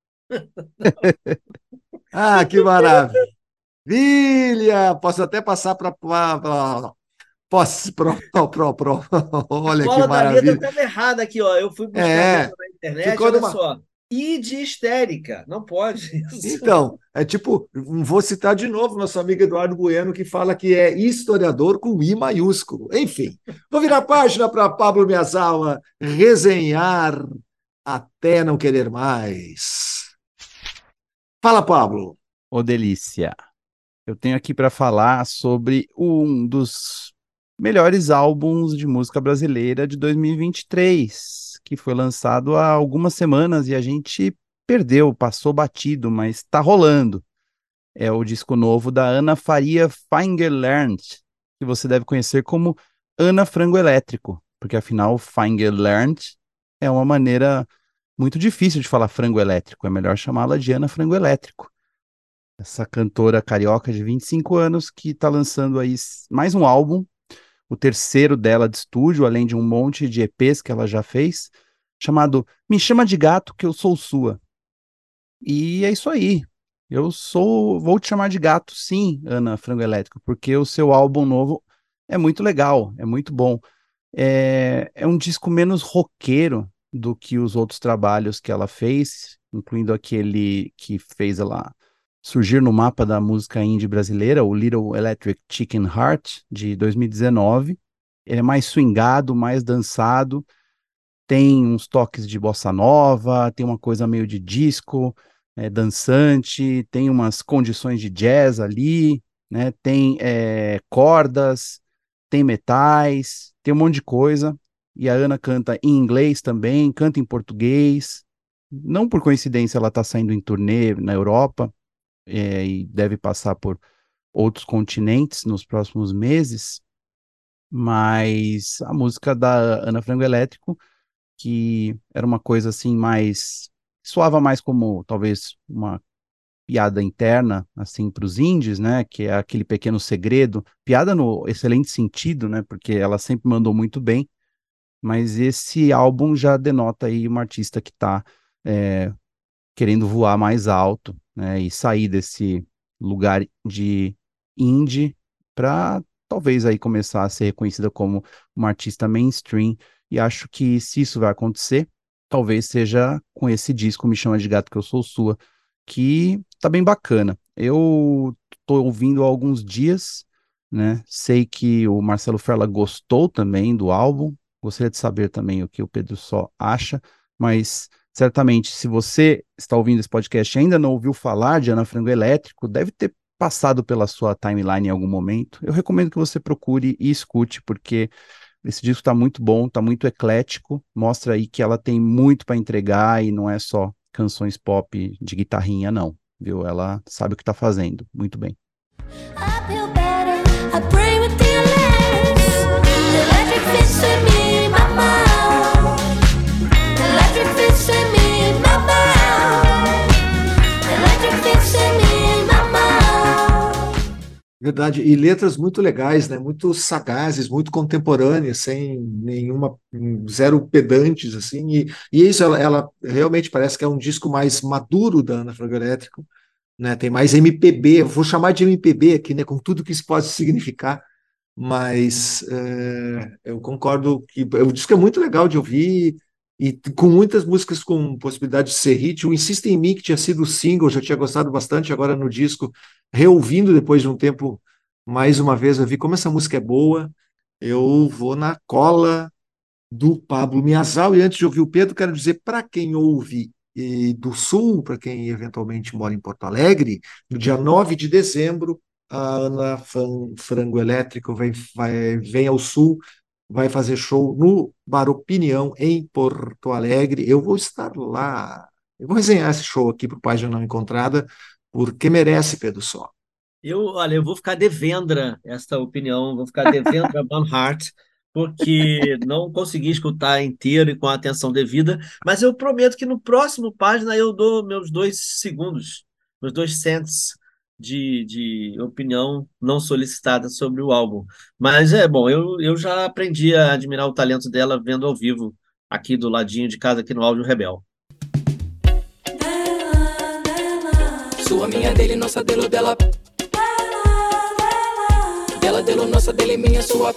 Ah, que maravilha! Posso até passar para. Posso. Pro, pro, pro. Olha A que bola da letra maravilha. estava errada aqui, ó. Eu fui buscar É, a letra na internet, ficou olha numa- só. I de histérica. Não pode isso. Então, é tipo, vou citar de novo nosso amigo Eduardo Bueno, que fala que é historiador com I maiúsculo. Enfim, vou virar a página para Pablo Miyazawa resenhar até não querer mais. Fala, Pablo. Ô, delícia. Eu tenho aqui para falar sobre um dos melhores álbuns de música brasileira de dois mil e vinte e três, que foi lançado há algumas semanas e a gente perdeu, passou batido, mas tá rolando. é o disco novo da Ana Faria Feingerlernt, que você deve conhecer como Ana Frango Elétrico, porque afinal Feingerlernt é uma maneira muito difícil de falar frango elétrico, é melhor chamá-la de Ana Frango Elétrico. Essa cantora carioca de vinte e cinco anos que está lançando aí mais um álbum, o terceiro dela de estúdio, além de um monte de E Pês que ela já fez, chamado Me Chama de Gato que Eu Sou Sua. E é isso aí. Eu sou, vou te chamar de gato, sim, Ana Frango Elétrico, porque o seu álbum novo é muito legal, é muito bom. É, é um disco menos roqueiro do que os outros trabalhos que ela fez, incluindo aquele que fez ela surgir no mapa da música indie brasileira, o Little Electric Chicken Heart, de dois mil e dezenove. Ele é mais swingado, mais dançado, tem uns toques de bossa nova, tem uma coisa meio de disco, é, dançante, tem umas condições de jazz ali, né? Tem é, cordas, tem metais, tem um monte de coisa. E a Ana canta em inglês também, canta em português. Não por coincidência ela está saindo em turnê na Europa, é, e deve passar por outros continentes nos próximos meses, mas a música da Ana Frango Elétrico, que era uma coisa assim mais, soava mais como talvez uma piada interna, assim, para os indies, né, que é aquele pequeno segredo, piada no excelente sentido, né, porque ela sempre mandou muito bem, mas esse álbum já denota aí uma artista que está é, querendo voar mais alto, né, e sair desse lugar de indie para talvez aí começar a ser reconhecida como uma artista mainstream, e acho que se isso vai acontecer, talvez seja com esse disco Me Chama de Gato que Eu Sou Sua, que tá bem bacana. Eu tô ouvindo há alguns dias, né, sei que o Marcelo Ferla gostou também do álbum, gostaria de saber também o que o Pedro Só acha, mas certamente, se você está ouvindo esse podcast e ainda não ouviu falar de Ana Frango Elétrico, deve ter passado pela sua timeline em algum momento. Eu recomendo que você procure e escute, porque esse disco está muito bom, está muito eclético, mostra aí que ela tem muito para entregar e não é só canções pop de guitarrinha, não, viu? Ela sabe o que está fazendo, muito bem. I feel better, I pray with the legs. The electric fits in me, my mouth. The electric fits in me, my mouth. The electric fits in me, my mouth. Verdade, e letras muito legais, né? Muito sagazes, muito contemporâneas, sem nenhuma, zero pedantes, assim, e, e isso, ela, ela realmente parece que é um disco mais maduro da Ana Frango Elétrico, né? Tem mais M P B, eu vou chamar de M P B aqui, né? Com tudo que isso pode significar, mas é, eu concordo que o disco é muito legal de ouvir, e com muitas músicas com possibilidade de ser hit. O Insista em Mim, que tinha sido single, já tinha gostado bastante, agora no disco, reouvindo depois de um tempo, mais uma vez, eu vi como essa música é boa. Eu vou na cola do Pablo Miazal, e antes de ouvir o Pedro, quero dizer para quem ouve e do Sul, para quem eventualmente mora em Porto Alegre, no dia nove de dezembro, a Ana Fan, Frango Elétrico vem, vai, vem ao Sul, vai fazer show no Bar Opinião, em Porto Alegre. Eu vou estar lá. Eu vou resenhar esse show aqui para o Página Não Encontrada, porque merece, Pedro Só. Eu, olha, eu vou ficar devendo esta opinião, vou ficar devendo a Van Hart, porque não consegui escutar inteiro e com a atenção devida, mas eu prometo que no próximo Página eu dou meus dois segundos, meus dois cents de, de opinião não solicitada sobre o álbum. Mas é bom, eu, eu já aprendi a admirar o talento dela vendo ao vivo, aqui do ladinho de casa, aqui no Áudio Rebel. Sua, minha, dele, nossa, dele, dela. Dela, dele, nossa, dele, minha, sua.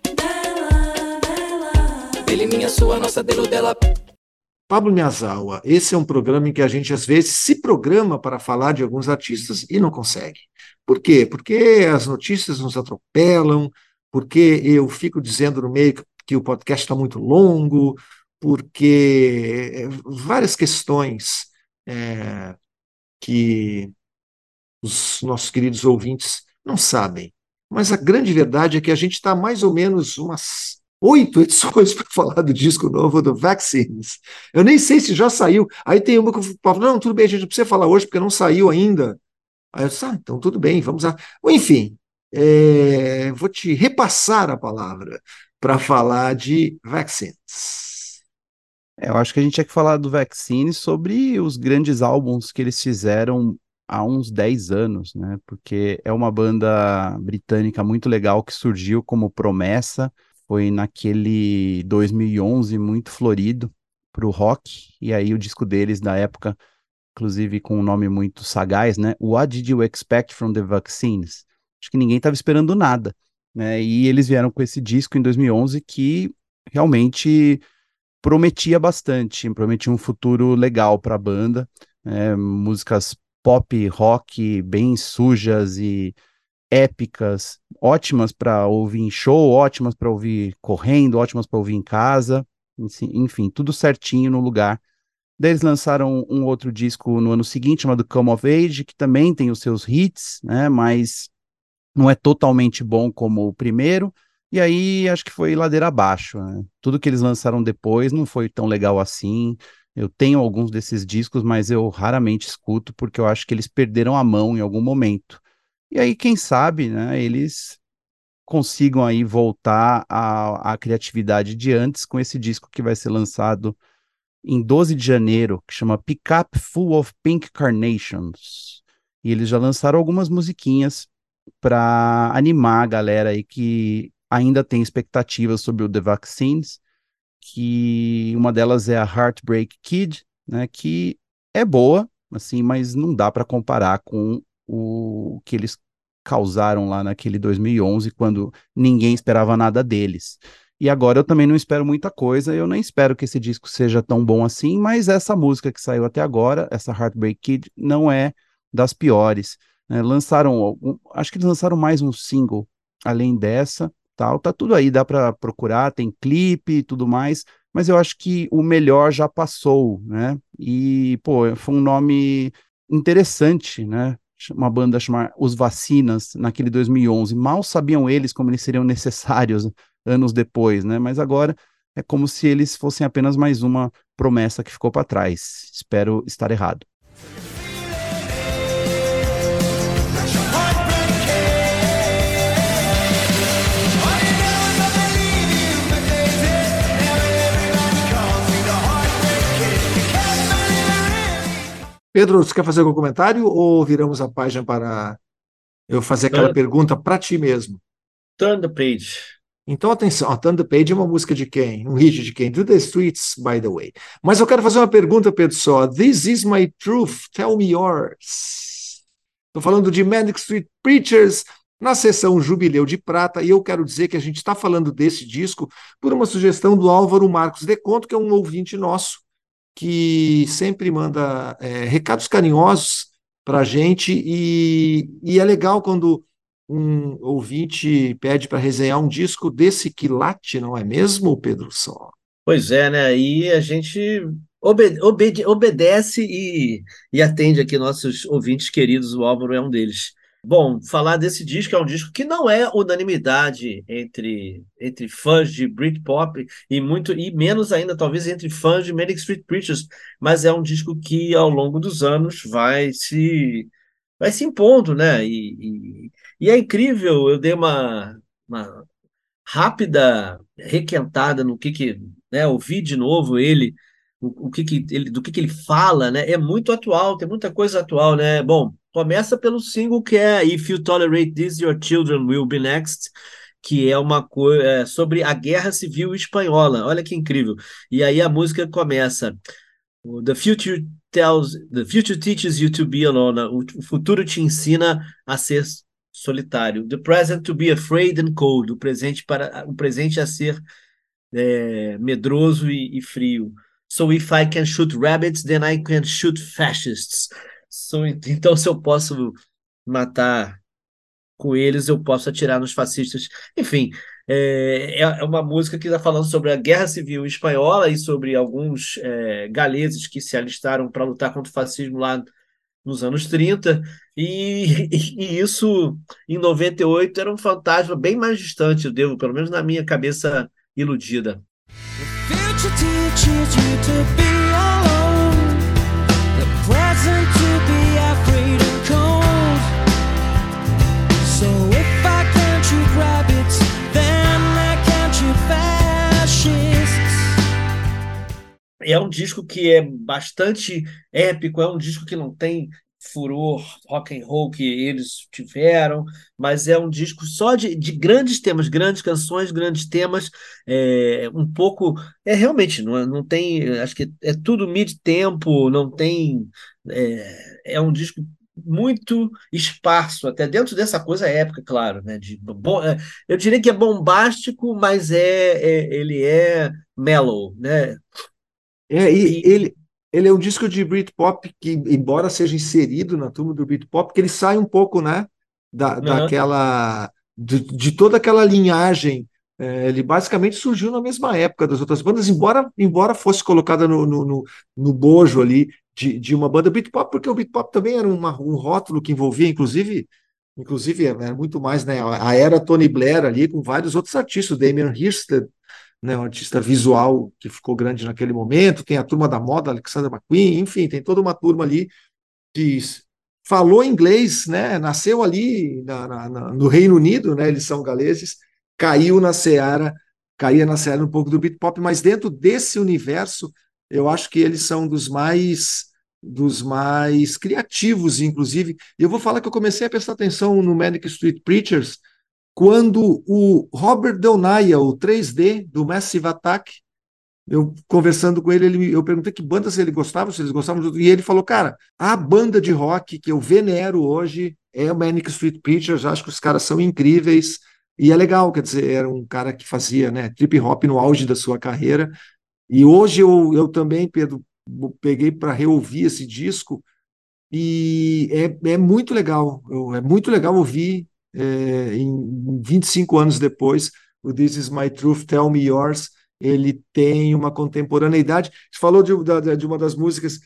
Dele, minha, sua, nossa, dele, dela. Pablo Miyazawa, esse é um programa em que a gente às vezes se programa para falar de alguns artistas e não consegue. Por quê? Porque as notícias nos atropelam, porque eu fico dizendo no meio que o podcast está muito longo, porque várias questões é, que os nossos queridos ouvintes não sabem. Mas a grande verdade é que a gente está mais ou menos umas oito edições para falar do disco novo do Vaccines. Eu nem sei se já saiu. Aí tem uma que eu falo, não, tudo bem, a gente não precisa falar hoje porque não saiu ainda. Aí eu disse, ah, então tudo bem, vamos lá. Enfim, é, vou te repassar a palavra para falar de Vaccines. É, eu acho que a gente tinha que falar do Vaccine sobre os grandes álbuns que eles fizeram há uns dez anos, né? Porque é uma banda britânica muito legal que surgiu como promessa, foi naquele dois mil e onze muito florido pro rock, e aí o disco deles da época, inclusive com um nome muito sagaz, né? What Did You Expect from the Vaccines? Acho que ninguém estava esperando nada, né? E eles vieram com esse disco em dois mil e onze que realmente prometia bastante, prometia um futuro legal para a banda, né? Músicas pop, rock, bem sujas e épicas, ótimas para ouvir em show, ótimas para ouvir correndo, ótimas para ouvir em casa, enfim, tudo certinho no lugar. Daí eles lançaram um outro disco no ano seguinte, chamado Come of Age, que também tem os seus hits, né, mas não é totalmente bom como o primeiro, e aí acho que foi ladeira abaixo, né? Tudo que eles lançaram depois não foi tão legal assim. Eu tenho alguns desses discos, mas eu raramente escuto, porque eu acho que eles perderam a mão em algum momento. E aí, quem sabe, né, eles consigam aí voltar à, à criatividade de antes com esse disco que vai ser lançado em doze de janeiro, que chama Pick Up Full of Pink Carnations. E eles já lançaram algumas musiquinhas para animar a galera aí que ainda tem expectativas sobre o The Vaccines, que uma delas é a Heartbreak Kid, né, que é boa, assim, mas não dá para comparar com o que eles causaram lá naquele dois mil e onze, quando ninguém esperava nada deles. E agora eu também não espero muita coisa, eu nem espero que esse disco seja tão bom assim, mas essa música que saiu até agora, essa Heartbreak Kid, não é das piores, né? Lançaram, acho que eles lançaram mais um single além dessa, tal, tá tudo aí, dá para procurar, tem clipe e tudo mais, mas eu acho que o melhor já passou, né? E, pô, foi um nome interessante, né? Uma banda chamada Os Vacinas, naquele dois mil e onze, mal sabiam eles como eles seriam necessários anos depois, né? Mas agora é como se eles fossem apenas mais uma promessa que ficou para trás. Espero estar errado. Pedro, você quer fazer algum comentário ou viramos a página para eu fazer aquela Turn, pergunta para ti mesmo? Turn the Page. Então, atenção, a Turn the Page é uma música de quem? Um hit de quem? Do The Streets, by the way. Mas eu quero fazer uma pergunta, Pedro, só. This is my truth, tell me yours. Estou falando de Manic Street Preachers na sessão Jubileu de Prata, e eu quero dizer que a gente está falando desse disco por uma sugestão do Álvaro Marcos Deconto, que é um ouvinte nosso, que sempre manda é, recados carinhosos para a gente, e, e é legal quando um ouvinte pede para resenhar um disco desse quilate, não é mesmo, Pedro Só? Pois é, né? E a gente obede obede obedece e, e atende aqui nossos ouvintes queridos, o Álvaro é um deles. Bom, falar desse disco é um disco que não é unanimidade entre, entre fãs de Britpop e muito e menos ainda talvez entre fãs de Manic Street Preachers, mas é um disco que ao longo dos anos vai se vai se impondo, né? E, e, e é incrível. Eu dei uma, uma rápida requentada no que que, né? Ouvi de novo ele, o, o que que ele, do que que ele fala, né? É muito atual, tem muita coisa atual, né? Bom. Começa pelo single que é If You Tolerate This, Your Children Will Be Next, que é uma coisa é, sobre a Guerra Civil Espanhola. Olha que incrível. E aí a música começa: The future tells, the future teaches you to be alone. O futuro te ensina a ser solitário. The present to be afraid and cold. O presente para o presente a ser é, medroso e, e frio. So if I can shoot rabbits, then I can shoot fascists. So, então, se eu posso matar coelhos, eu posso atirar nos fascistas. Enfim, é, é uma música que está falando sobre a Guerra Civil Espanhola e sobre alguns é, galeses que se alistaram para lutar contra o fascismo lá nos anos trinta, e, e, e isso, em noventa e oito, era um fantasma bem mais distante, eu devo, pelo menos na minha cabeça iludida. Present to be afraid and cold. é um disco que é bastante épico, é um disco que não tem furor rock and roll que eles tiveram, mas é um disco só de, de grandes temas, grandes canções, grandes temas, é, um pouco, é realmente, não, é- não tem, acho que é tudo mid-tempo, não tem, é, é um disco muito esparso, até dentro dessa coisa épica, claro, né, de, bom, é, eu diria que é bombástico, mas é, é ele é mellow, né? É, e E, ele, ele é um disco de Britpop que, embora seja inserido na turma do Britpop, que ele sai um pouco, né, da, aham. daquela, de, de toda aquela linhagem. É, ele basicamente surgiu na mesma época das outras bandas, embora, embora fosse colocada no, no, no, no bojo ali de, de uma banda Britpop, porque o Britpop também era uma, um rótulo que envolvia, inclusive, inclusive era muito mais, né, a era Tony Blair ali, com vários outros artistas, o Damien Hirst, né, um artista visual que ficou grande naquele momento, tem a turma da moda, Alexander McQueen, enfim, tem toda uma turma ali que falou inglês, né, nasceu ali na, na, na, no Reino Unido, né, eles são galeses, caiu na seara, caía na seara um pouco do Britpop, mas dentro desse universo, eu acho que eles são dos mais dos mais criativos, inclusive. E eu vou falar que eu comecei a prestar atenção no Manic Street Preachers quando o Robert Del Naja, o três D do Massive Attack, eu conversando com ele, ele, eu perguntei que bandas ele gostava, se eles gostavam, de... e ele falou, cara, a banda de rock que eu venero hoje é o Manic Street Preachers, acho que os caras são incríveis, e é legal, quer dizer, era um cara que fazia, né, trip hop no auge da sua carreira, e hoje eu, eu também, Pedro, peguei para reouvir esse disco, e é, é muito legal, eu- é muito legal ouvir é, em vinte e cinco anos depois, o This Is My Truth, Tell Me Yours, ele tem uma contemporaneidade. Você falou de, da- de uma das músicas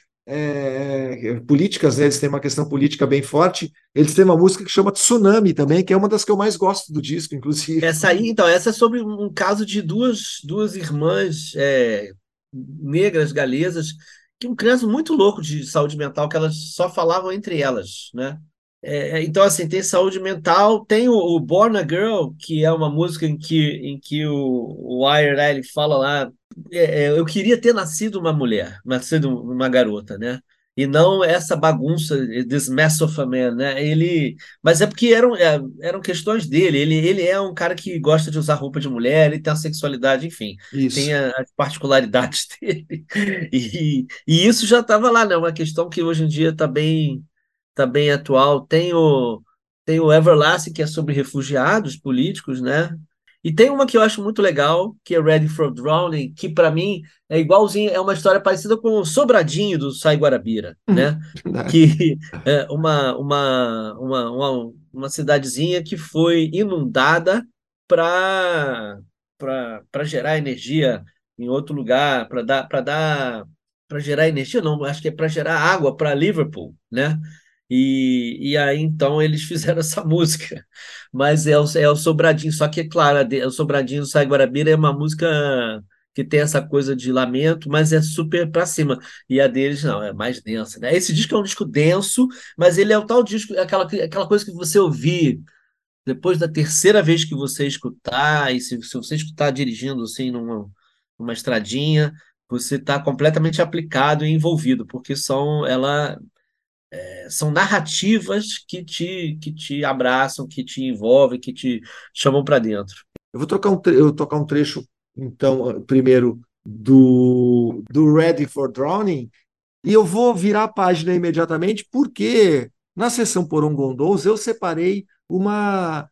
é, é, políticas, né? Eles têm uma questão política bem forte. Eles têm uma música que chama Tsunami também, que é uma das que eu mais gosto do disco, inclusive. Essa aí, então, essa é sobre um caso de duas, duas irmãs é, negras galesas, que um caso muito louco de saúde mental, que elas só falavam entre elas, né? É, é, então, assim, tem saúde mental, tem o, o Born a Girl, que é uma música em que, em que o, o Wire, né, ele fala lá, é, é, eu queria ter nascido uma mulher, nascido uma garota, né? E não essa bagunça, this mess of a man, né? Ele, mas é porque eram, é, eram questões dele. Ele, ele é um cara que gosta de usar roupa de mulher, ele tem a sexualidade, enfim, tem Isso. a- as particularidades dele. E, e isso já estava lá, né? Uma questão que hoje em dia está bem, tá bem atual. Tem o, tem o Everlasting, que é sobre refugiados políticos, né? E tem uma que eu acho muito legal, que é Ready for Drowning, que para mim é igualzinho, é uma história parecida com o Sobradinho do Sai Guarabira, né? Que é uma, uma, uma, uma, uma cidadezinha que foi inundada para para gerar energia em outro lugar, para dar para dar para gerar energia, não, acho que é para gerar água para Liverpool, né? E, e aí então eles fizeram essa música, mas é o, é o Sobradinho, só que é claro, a de- o Sobradinho do Sai Guarabira é uma música que tem essa coisa de lamento, mas é super pra cima. E a deles não, é mais densa, né? Esse disco é um disco denso, mas ele é o tal disco, é aquela, aquela coisa que você ouvir depois da terceira vez que você escutar, e se, se você escutar dirigindo assim numa, numa estradinha, você está completamente aplicado e envolvido, porque são ela é, são narrativas que te que te abraçam, que te envolvem, que te chamam para dentro. Eu vou trocar um, tre- eu vou tocar um trecho, então, primeiro do, do Ready for Drowning, e eu vou virar a página imediatamente, porque na seção Porongondons eu separei uma,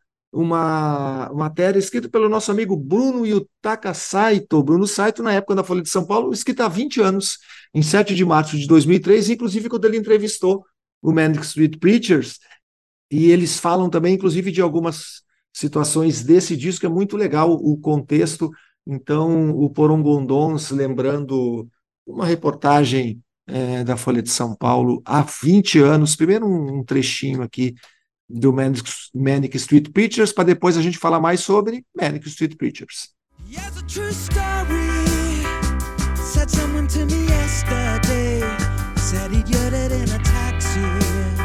uma matéria escrita pelo nosso amigo Bruno Yutaka Saito. Bruno Saito, na época da Folha de São Paulo, escrita há vinte anos, em sete de março de dois mil e três, inclusive quando ele entrevistou o Manic Street Preachers, e eles falam também, inclusive, de algumas situações desse disco, é muito legal o contexto. Então, o Porongondons, lembrando uma reportagem eh, da Folha de São Paulo há vinte anos, primeiro um, um trechinho aqui do Manic, Manic Street Preachers, para depois a gente falar mais sobre Manic Street Preachers. Yes, a true story. Said someone to me yesterday. Said he'd heard it in a taxi.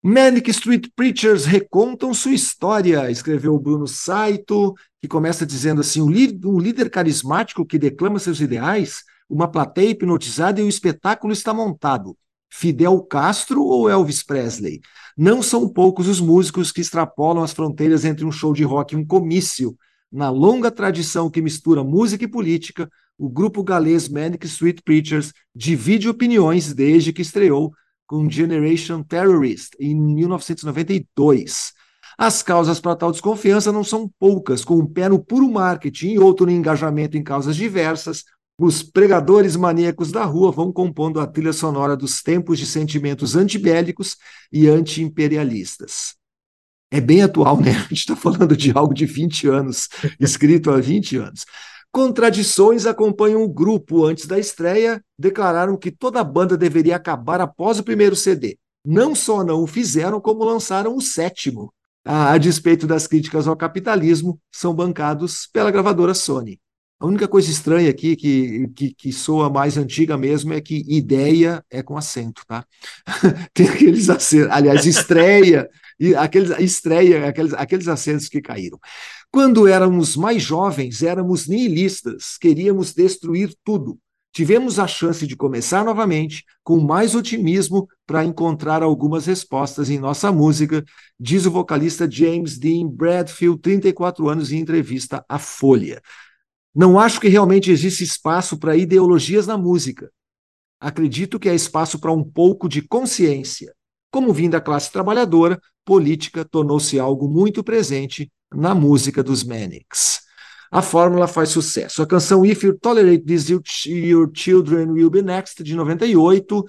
Manic Street Preachers recontam sua história, escreveu o Bruno Saito, que começa dizendo assim, um, um líder carismático que declama seus ideais, uma plateia hipnotizada e o espetáculo está montado. Fidel Castro ou Elvis Presley? Não são poucos os músicos que extrapolam as fronteiras entre um show de rock e um comício. Na longa tradição que mistura música e política, o grupo galês Manic Street Preachers divide opiniões desde que estreou com Generation Terrorist, em mil novecentos e noventa e dois. As causas para tal desconfiança não são poucas, com um pé no puro marketing e outro no engajamento em causas diversas. Os pregadores maníacos da rua vão compondo a trilha sonora dos tempos de sentimentos antibélicos e anti-imperialistas. É bem atual, né? A gente está falando de algo de vinte anos, escrito há vinte anos. Contradições acompanham o grupo. Antes da estreia, declararam que toda a banda deveria acabar após o primeiro C D. Não só não o fizeram, como lançaram o sétimo. A, a despeito das críticas ao capitalismo, são bancados pela gravadora Sony. A única coisa estranha aqui, que, que, que soa mais antiga mesmo, é que ideia é com acento, tá? Tem aqueles acentos, aliás, estreia, e aqueles, estreia, aqueles, aqueles acentos que caíram. Quando éramos mais jovens, éramos nihilistas, queríamos destruir tudo. Tivemos a chance de começar novamente, com mais otimismo, para encontrar algumas respostas em nossa música, diz o vocalista James Dean Bradfield, trinta e quatro anos, em entrevista à Folha. Não acho que realmente existe espaço para ideologias na música. Acredito que há espaço para um pouco de consciência. Como vim da classe trabalhadora, política tornou-se algo muito presente na música dos Manics. A fórmula faz sucesso. A canção If You Tolerate This, Your Children Will Be Next, de noventa e oito,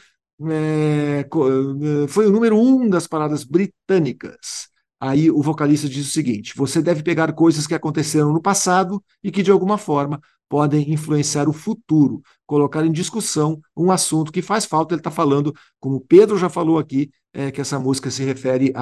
é, foi o número um das paradas britânicas. Aí o vocalista diz o seguinte: você deve pegar coisas que aconteceram no passado e que, de alguma forma, podem influenciar o futuro, colocar em discussão um assunto que faz falta. Ele está falando, como o Pedro já falou aqui, é, que essa música se refere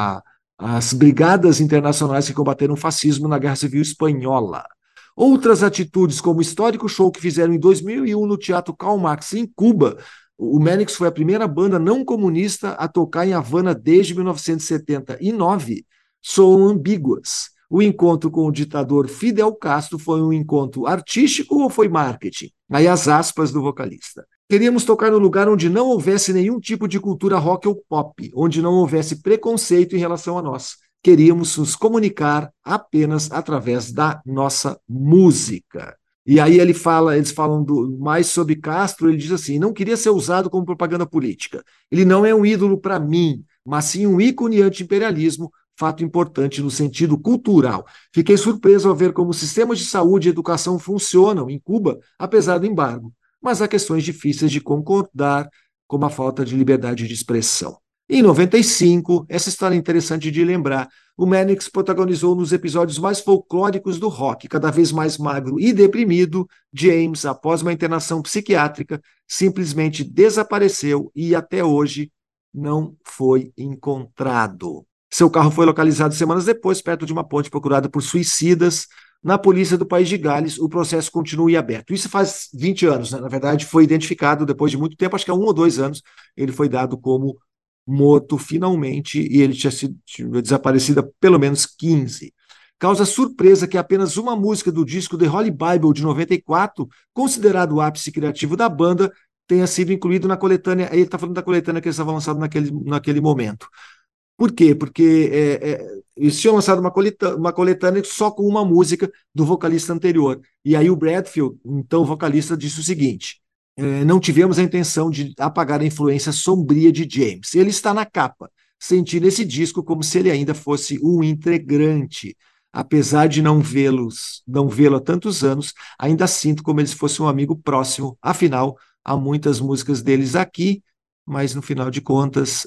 às brigadas internacionais que combateram o fascismo na Guerra Civil Espanhola. Outras atitudes, como o histórico show que fizeram em dois mil e um no Teatro Karl Marx, em Cuba. O Manics foi a primeira banda não comunista a tocar em Havana desde mil novecentos e setenta e nove. Soam ambíguas. O encontro com o ditador Fidel Castro foi um encontro artístico ou foi marketing? Aí as aspas do vocalista. Queríamos tocar no lugar onde não houvesse nenhum tipo de cultura rock ou pop, onde não houvesse preconceito em relação a nós. Queríamos nos comunicar apenas através da nossa música. E aí ele fala, eles falam do, mais sobre Castro, ele diz assim: não queria ser usado como propaganda política. Ele não é um ídolo para mim, mas sim um ícone anti-imperialismo, fato importante no sentido cultural. Fiquei surpreso ao ver como os sistemas de saúde e educação funcionam em Cuba, apesar do embargo. Mas há questões difíceis de concordar, como a falta de liberdade de expressão. Em noventa e cinco, essa história é interessante de lembrar, o Manics protagonizou nos episódios mais folclóricos do rock. Cada vez mais magro e deprimido, James, após uma internação psiquiátrica, simplesmente desapareceu e até hoje não foi encontrado. Seu carro foi localizado semanas depois, perto de uma ponte procurada por suicidas. Na polícia do país de Gales, o processo continua em aberto. Isso faz vinte anos, né? Na verdade, foi identificado depois de muito tempo, acho que há um ou dois anos, ele foi dado como morto finalmente, e ele tinha sido desaparecido há pelo menos quinze. Causa surpresa que apenas uma música do disco The Holy Bible, de noventa e quatro, considerado o ápice criativo da banda, tenha sido incluído na coletânea. Ele está falando da coletânea que eles estavam lançando naquele, naquele momento. Por quê? Porque é, é, eles tinham lançado uma coletânea, uma coletânea só com uma música do vocalista anterior. E aí o Bradfield, então o vocalista, disse o seguinte: é, não tivemos a intenção de apagar a influência sombria de James. Ele está na capa, sentindo esse disco como se ele ainda fosse um integrante. Apesar de não vê-los, não vê-lo há tantos anos, ainda sinto como ele fosse um amigo próximo. Afinal, há muitas músicas deles aqui, mas no final de contas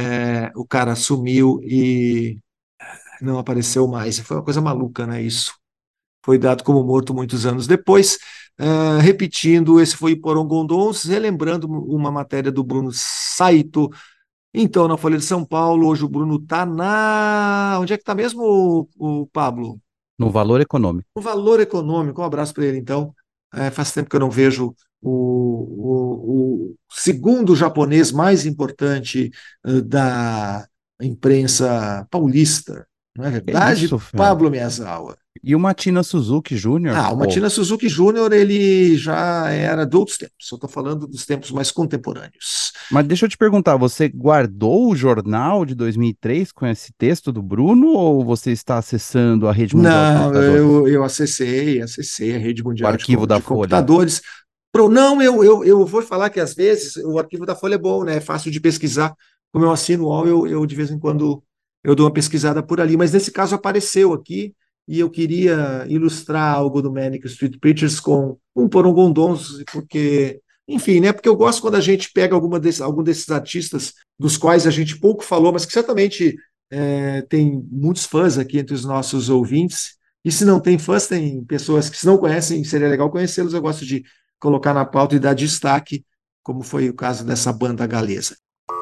é, o cara sumiu e não apareceu mais. Foi uma coisa maluca, né, isso? Foi dado como morto muitos anos depois. Uh, repetindo, esse foi Porongondons, relembrando uma matéria do Bruno Saito. Então, na Folha de São Paulo, hoje o Bruno está na... Onde é que está mesmo, o, o Pablo? No Valor Econômico. No Valor Econômico, um abraço para ele, então. É, faz tempo que eu não vejo o, o, o segundo japonês mais importante uh, da, imprensa paulista. Não é Que verdade, isso, Fel? Pablo Miyazawa? E o Matina Suzuki Júnior? Ah, o Pô, Matina Suzuki Júnior, ele já era de outros tempos. Eu estou falando dos tempos mais contemporâneos. mas deixa eu te perguntar, você guardou o jornal de dois mil e três com esse texto do Bruno ou você está acessando a rede mundial de Não, computadores? eu, eu acessei, acessei a rede O mundial de, arquivo co- da de Folha? computadores. Pro, não, eu, eu, eu vou falar que às vezes o arquivo da Folha é bom, né? É fácil de pesquisar. Como eu assino o U O L, eu, eu de vez em quando eu dou uma pesquisada por ali. Mas nesse caso apareceu aqui e eu queria ilustrar algo do Manic Street Preachers com um porongondons, porque, enfim, né? Porque eu gosto quando a gente pega alguma desse, algum desses artistas dos quais a gente pouco falou, mas que certamente é, tem muitos fãs aqui entre os nossos ouvintes. E se não tem fãs, tem pessoas que se não conhecem, seria legal conhecê-los. Eu gosto de colocar na pauta e dar destaque, como foi o caso dessa banda galesa.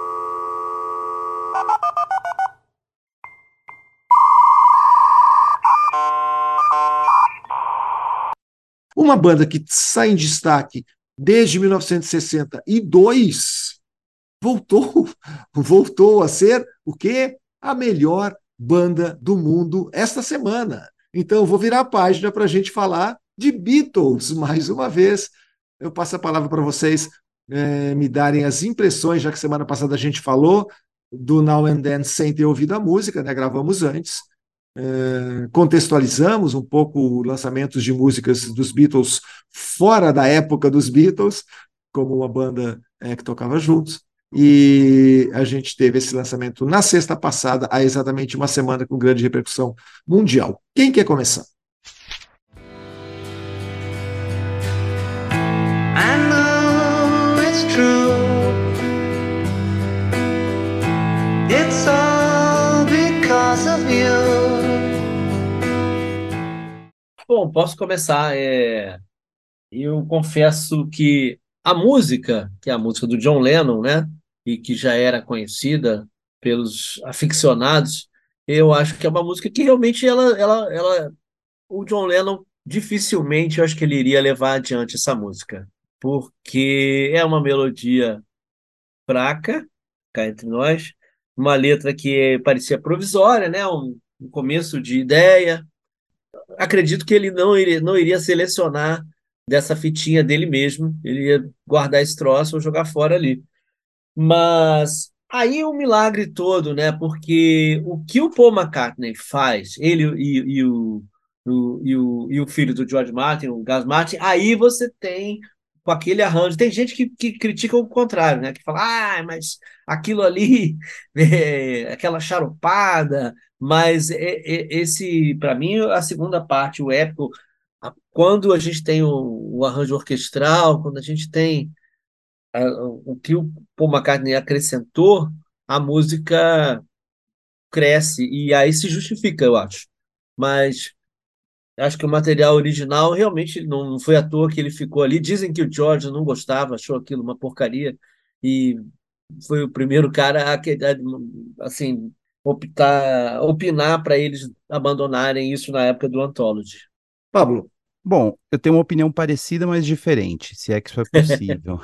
Uma banda que sai em destaque desde mil novecentos e sessenta e dois, voltou, voltou a ser o quê? A melhor banda do mundo esta semana. Então, eu vou virar a página para a gente falar de Beatles mais uma vez. Eu passo a palavra para vocês eh, me darem as impressões, já que semana passada a gente falou do Now and Then sem ter ouvido a música, né? Gravamos antes. Eh, contextualizamos um pouco lançamentos de músicas dos Beatles fora da época dos Beatles, como uma banda eh, que tocava juntos. E a gente teve esse lançamento na sexta passada, há exatamente uma semana, com grande repercussão mundial. Quem quer começar? I know it's true. It's all because of you. Bom, posso começar. É... Eu confesso que a música, que é a música do John Lennon, né? E que já era conhecida pelos aficionados, eu acho que é uma música que realmente ela, ela, ela, o John Lennon dificilmente eu acho que ele iria levar adiante essa música, porque é uma melodia fraca, cá entre nós, uma letra que parecia provisória, né? Um, um começo de ideia. Acredito que ele não iria, não iria selecionar dessa fitinha dele mesmo, ele ia guardar esse troço ou jogar fora ali. Mas aí é um milagre todo, né? Porque o que o Paul McCartney faz, ele e, e o, o, e, o, e o filho do George Martin, o Gus Martin, aí você tem com aquele arranjo. Tem gente que, que critica o contrário, né? Que fala, ah, mas aquilo ali, é, aquela charupada, mas é, é, esse, para mim, a segunda parte, o épico, a- quando a gente tem o, o arranjo orquestral, quando a gente tem a- o que o Paul McCartney acrescentou, a música cresce e aí se justifica, eu acho. Mas acho que o material original realmente não, não foi à toa que ele ficou ali. Dizem que o George não gostava, achou aquilo uma porcaria e foi o primeiro cara a, que- a assim, optar, opinar para eles abandonarem isso na época do Anthology. Pablo. Bom, eu tenho uma opinião parecida, mas diferente, se é que isso é possível.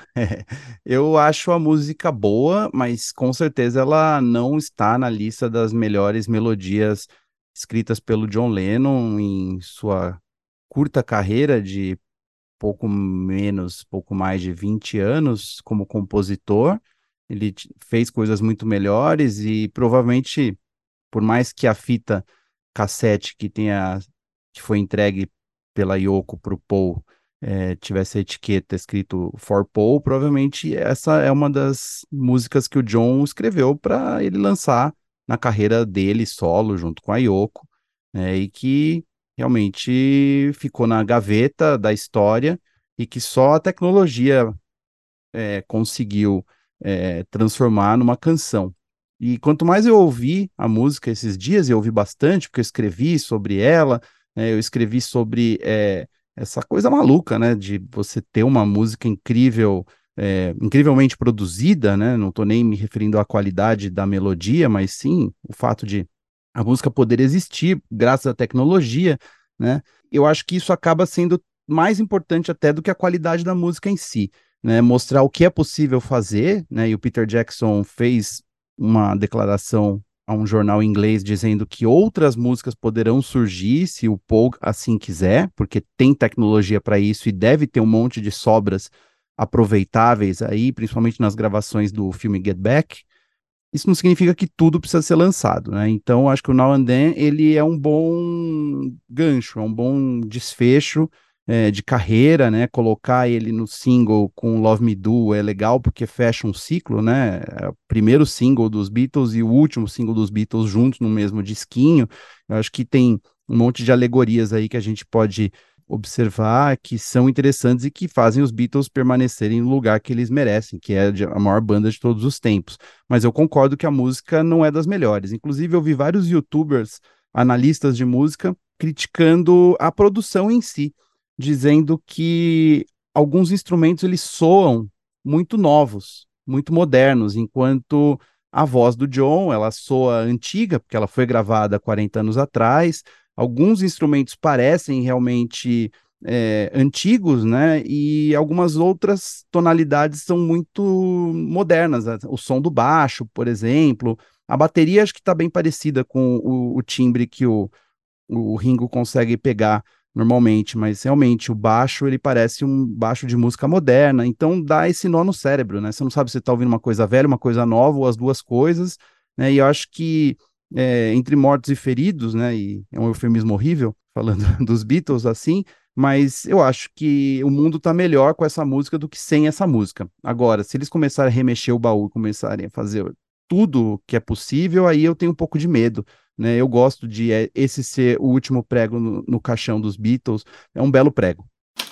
Eu acho a música boa, mas com certeza ela não está na lista das melhores melodias escritas pelo John Lennon em sua curta carreira de pouco menos, pouco mais de vinte anos como compositor. Ele t- fez coisas muito melhores e provavelmente, por mais que a fita cassete que tenha que foi entregue pela Yoko para o Paul eh, tivesse a etiqueta escrito For Paul, provavelmente essa é uma das músicas que o John escreveu para ele lançar na carreira dele solo junto com a Yoko, né, e que realmente ficou na gaveta da história e que só a tecnologia eh, conseguiu eh, transformar numa canção. E quanto mais eu ouvi a música esses dias, eu ouvi bastante, porque eu escrevi sobre ela, né, eu escrevi sobre eh, essa coisa maluca, né, de você ter uma música incrível, eh, incrivelmente produzida, né, não estou nem me referindo à qualidade da melodia, mas sim o fato de a música poder existir graças à tecnologia, né, eu acho que isso acaba sendo mais importante até do que a qualidade da música em si, né, mostrar o que é possível fazer, né, e o Peter Jackson fez uma declaração a um jornal inglês dizendo que outras músicas poderão surgir se o Paul assim quiser, porque tem tecnologia para isso e deve ter um monte de sobras aproveitáveis aí, principalmente nas gravações do filme Get Back. Isso não significa que tudo precisa ser lançado, né? Então, acho que o Now and Then, ele é um bom gancho, é um bom desfecho é, de carreira, né? Colocar ele no single com Love Me Do é legal porque fecha um ciclo, né? É o primeiro single dos Beatles e o último single dos Beatles juntos no mesmo disquinho. Eu acho que tem um monte de alegorias aí que a gente pode observar que são interessantes e que fazem os Beatles permanecerem no lugar que eles merecem, que é a maior banda de todos os tempos. Mas eu concordo que a música não é das melhores. Inclusive, eu vi vários YouTubers, analistas de música, criticando a produção em si, dizendo que alguns instrumentos eles soam muito novos, muito modernos, enquanto a voz do John, ela soa antiga, porque ela foi gravada quarenta anos atrás. Alguns instrumentos parecem realmente é, antigos, né? E algumas outras tonalidades são muito modernas. O som do baixo, por exemplo. A bateria acho que está bem parecida com o, o timbre que o, o Ringo consegue pegar normalmente, mas realmente o baixo ele parece um baixo de música moderna, então dá esse nó no cérebro, né? Você não sabe se você está ouvindo uma coisa velha, uma coisa nova, ou as duas coisas, né? E eu acho que é, entre mortos e feridos, né? E é um eufemismo horrível, falando dos Beatles assim, mas eu acho que o mundo está melhor com essa música do que sem essa música. Agora, se eles começarem a remexer o baú, começarem a fazer tudo que é possível, aí eu tenho um pouco de medo, né? Eu gosto de é, esse ser o último prego no, no caixão dos Beatles, é um belo prego.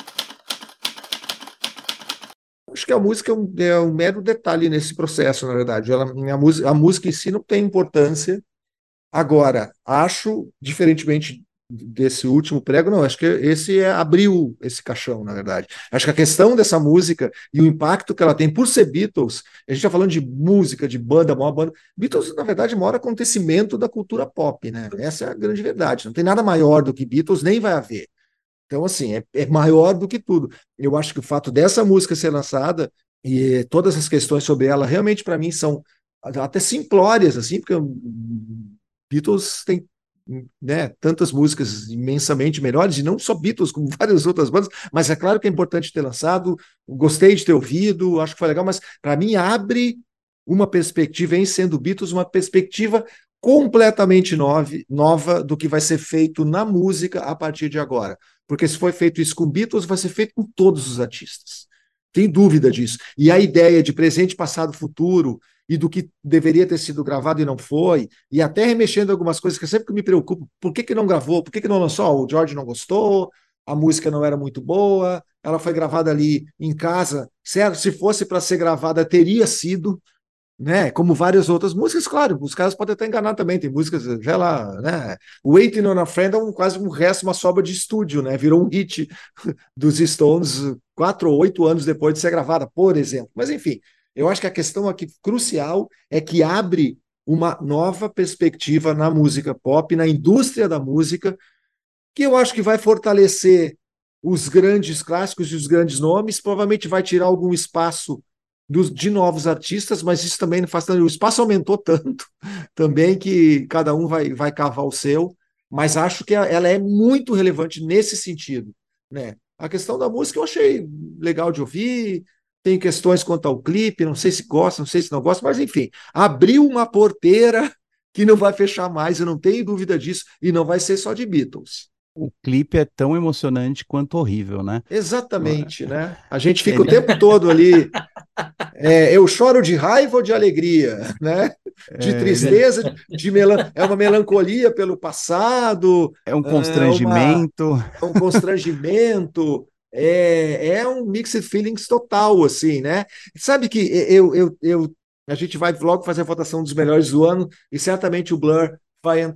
Acho que a música é um, é um mero detalhe nesse processo, na verdade. Ela, a, música, a música em si não tem importância. Agora, acho, diferentemente desse último prego, não, acho que esse é, abriu esse caixão, na verdade. Acho que a questão dessa música e o impacto que ela tem por ser Beatles, a gente está falando de música, de banda, maior banda. Beatles, na verdade, é o maior acontecimento da cultura pop, né? Essa é a grande verdade. Não tem nada maior do que Beatles, nem vai haver. Então, assim, é, é maior do que tudo. Eu acho que o fato dessa música ser lançada e todas as questões sobre ela, realmente, para mim, são até simplórias, assim, porque Beatles tem, né, tantas músicas imensamente melhores, e não só Beatles, como várias outras bandas, mas é claro que é importante ter lançado, gostei de ter ouvido, acho que foi legal, mas para mim abre uma perspectiva, em sendo Beatles, uma perspectiva completamente nova, nova do que vai ser feito na música a partir de agora. Porque se foi feito isso com Beatles, vai ser feito com todos os artistas. Tem dúvida disso. E a ideia de presente, passado, futuro, e do que deveria ter sido gravado e não foi, e até remexendo algumas coisas que eu sempre me preocupo, por que que não gravou, por que que não lançou? O George não gostou, a música não era muito boa, ela foi gravada ali em casa, certo? Se fosse para ser gravada, teria sido, né? Como várias outras músicas, claro, os caras podem até enganar também, tem músicas, sei lá, né? Waiting on a Friend é um, quase um resto, uma sobra de estúdio, né? Virou um hit dos Stones quatro ou oito anos depois de ser gravada, por exemplo. Mas, enfim, eu acho que a questão aqui crucial é que abre uma nova perspectiva na música pop, na indústria da música, que eu acho que vai fortalecer os grandes clássicos e os grandes nomes, provavelmente vai tirar algum espaço dos, de novos artistas, mas isso também não faz tanto. O espaço aumentou tanto também que cada um vai, vai cavar o seu, mas acho que ela é muito relevante nesse sentido, né? A questão da música eu achei legal de ouvir, tem questões quanto ao clipe, não sei se gosta, não sei se não gosta, mas enfim, abriu uma porteira que não vai fechar mais, eu não tenho dúvida disso, e não vai ser só de Beatles. O clipe é tão emocionante quanto horrível, né? Exatamente, né? A gente fica Ele... o tempo todo ali, é, eu choro de raiva ou de alegria, né? De é, tristeza, ele... de melan... é uma melancolia pelo passado. É um constrangimento. É, uma... é um constrangimento, é, é um mixed feelings total, assim, né? Sabe que eu, eu, eu, a gente vai logo fazer a votação dos melhores do ano e certamente o Blur vai entrar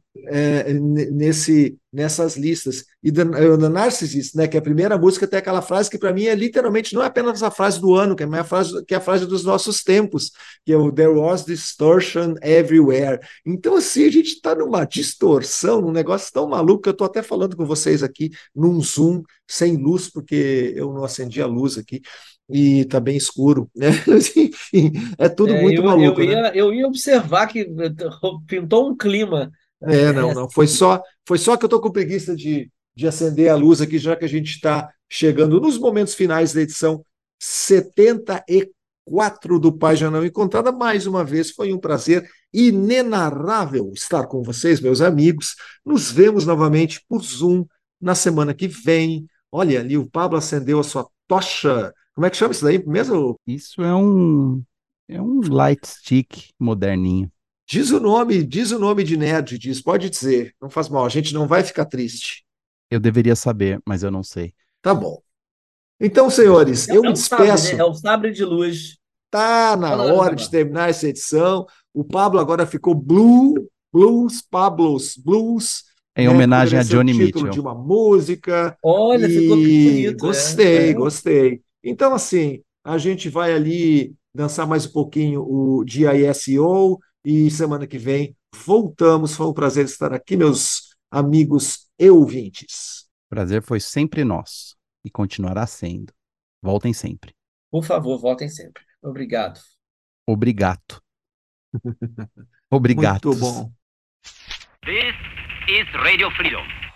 é, nesse, nessas listas. E The, The Narcissist, né, que é a primeira música, tem aquela frase que para mim é literalmente, não é apenas a frase do ano, que é a frase, que é a frase dos nossos tempos, que é o There was distortion everywhere. Então, assim, a gente está numa distorção, num negócio tão maluco que eu estou até falando com vocês aqui num Zoom, sem luz, porque eu não acendi a luz aqui. E tá bem escuro, né? Enfim, é tudo É, muito eu, maluco, eu né? ia, eu ia observar que pintou um clima. É, não, É, não. Foi só, foi só que eu estou com preguiça de, de acender a luz aqui, já que a gente está chegando nos momentos finais da edição setenta e quatro do Página Não Encontrada. Mais uma vez, foi um prazer inenarrável estar com vocês, meus amigos. Nos vemos novamente por Zoom na semana que vem. Olha ali, o Pablo acendeu a sua tocha. Como é que chama isso daí mesmo? Isso é um, é um light stick moderninho. Diz o nome, diz o nome de nerd, diz, pode dizer, não faz mal, a gente não vai ficar triste. Eu deveria saber, mas eu não sei. Tá bom. Então, senhores, é, eu é me um sabre, despeço. né? É o sabre de luz. Tá na Tá na hora de hora de acabar. terminar essa edição. O Pablo agora ficou Blue, Blues, Pablos, Blues, Em né, que homenagem poderia a ser o Johnny título Mitchell. de uma música. Olha, ficou E bonito. gostei, é, é. gostei. Então, assim, a gente vai ali dançar mais um pouquinho o D I S O e semana que vem voltamos. Foi um prazer estar aqui, meus amigos e ouvintes. O prazer foi sempre nosso e continuará sendo. Voltem sempre. Por favor, voltem sempre. Obrigado. Obrigado. Obrigado. Muito bom. This is Radio Freedom.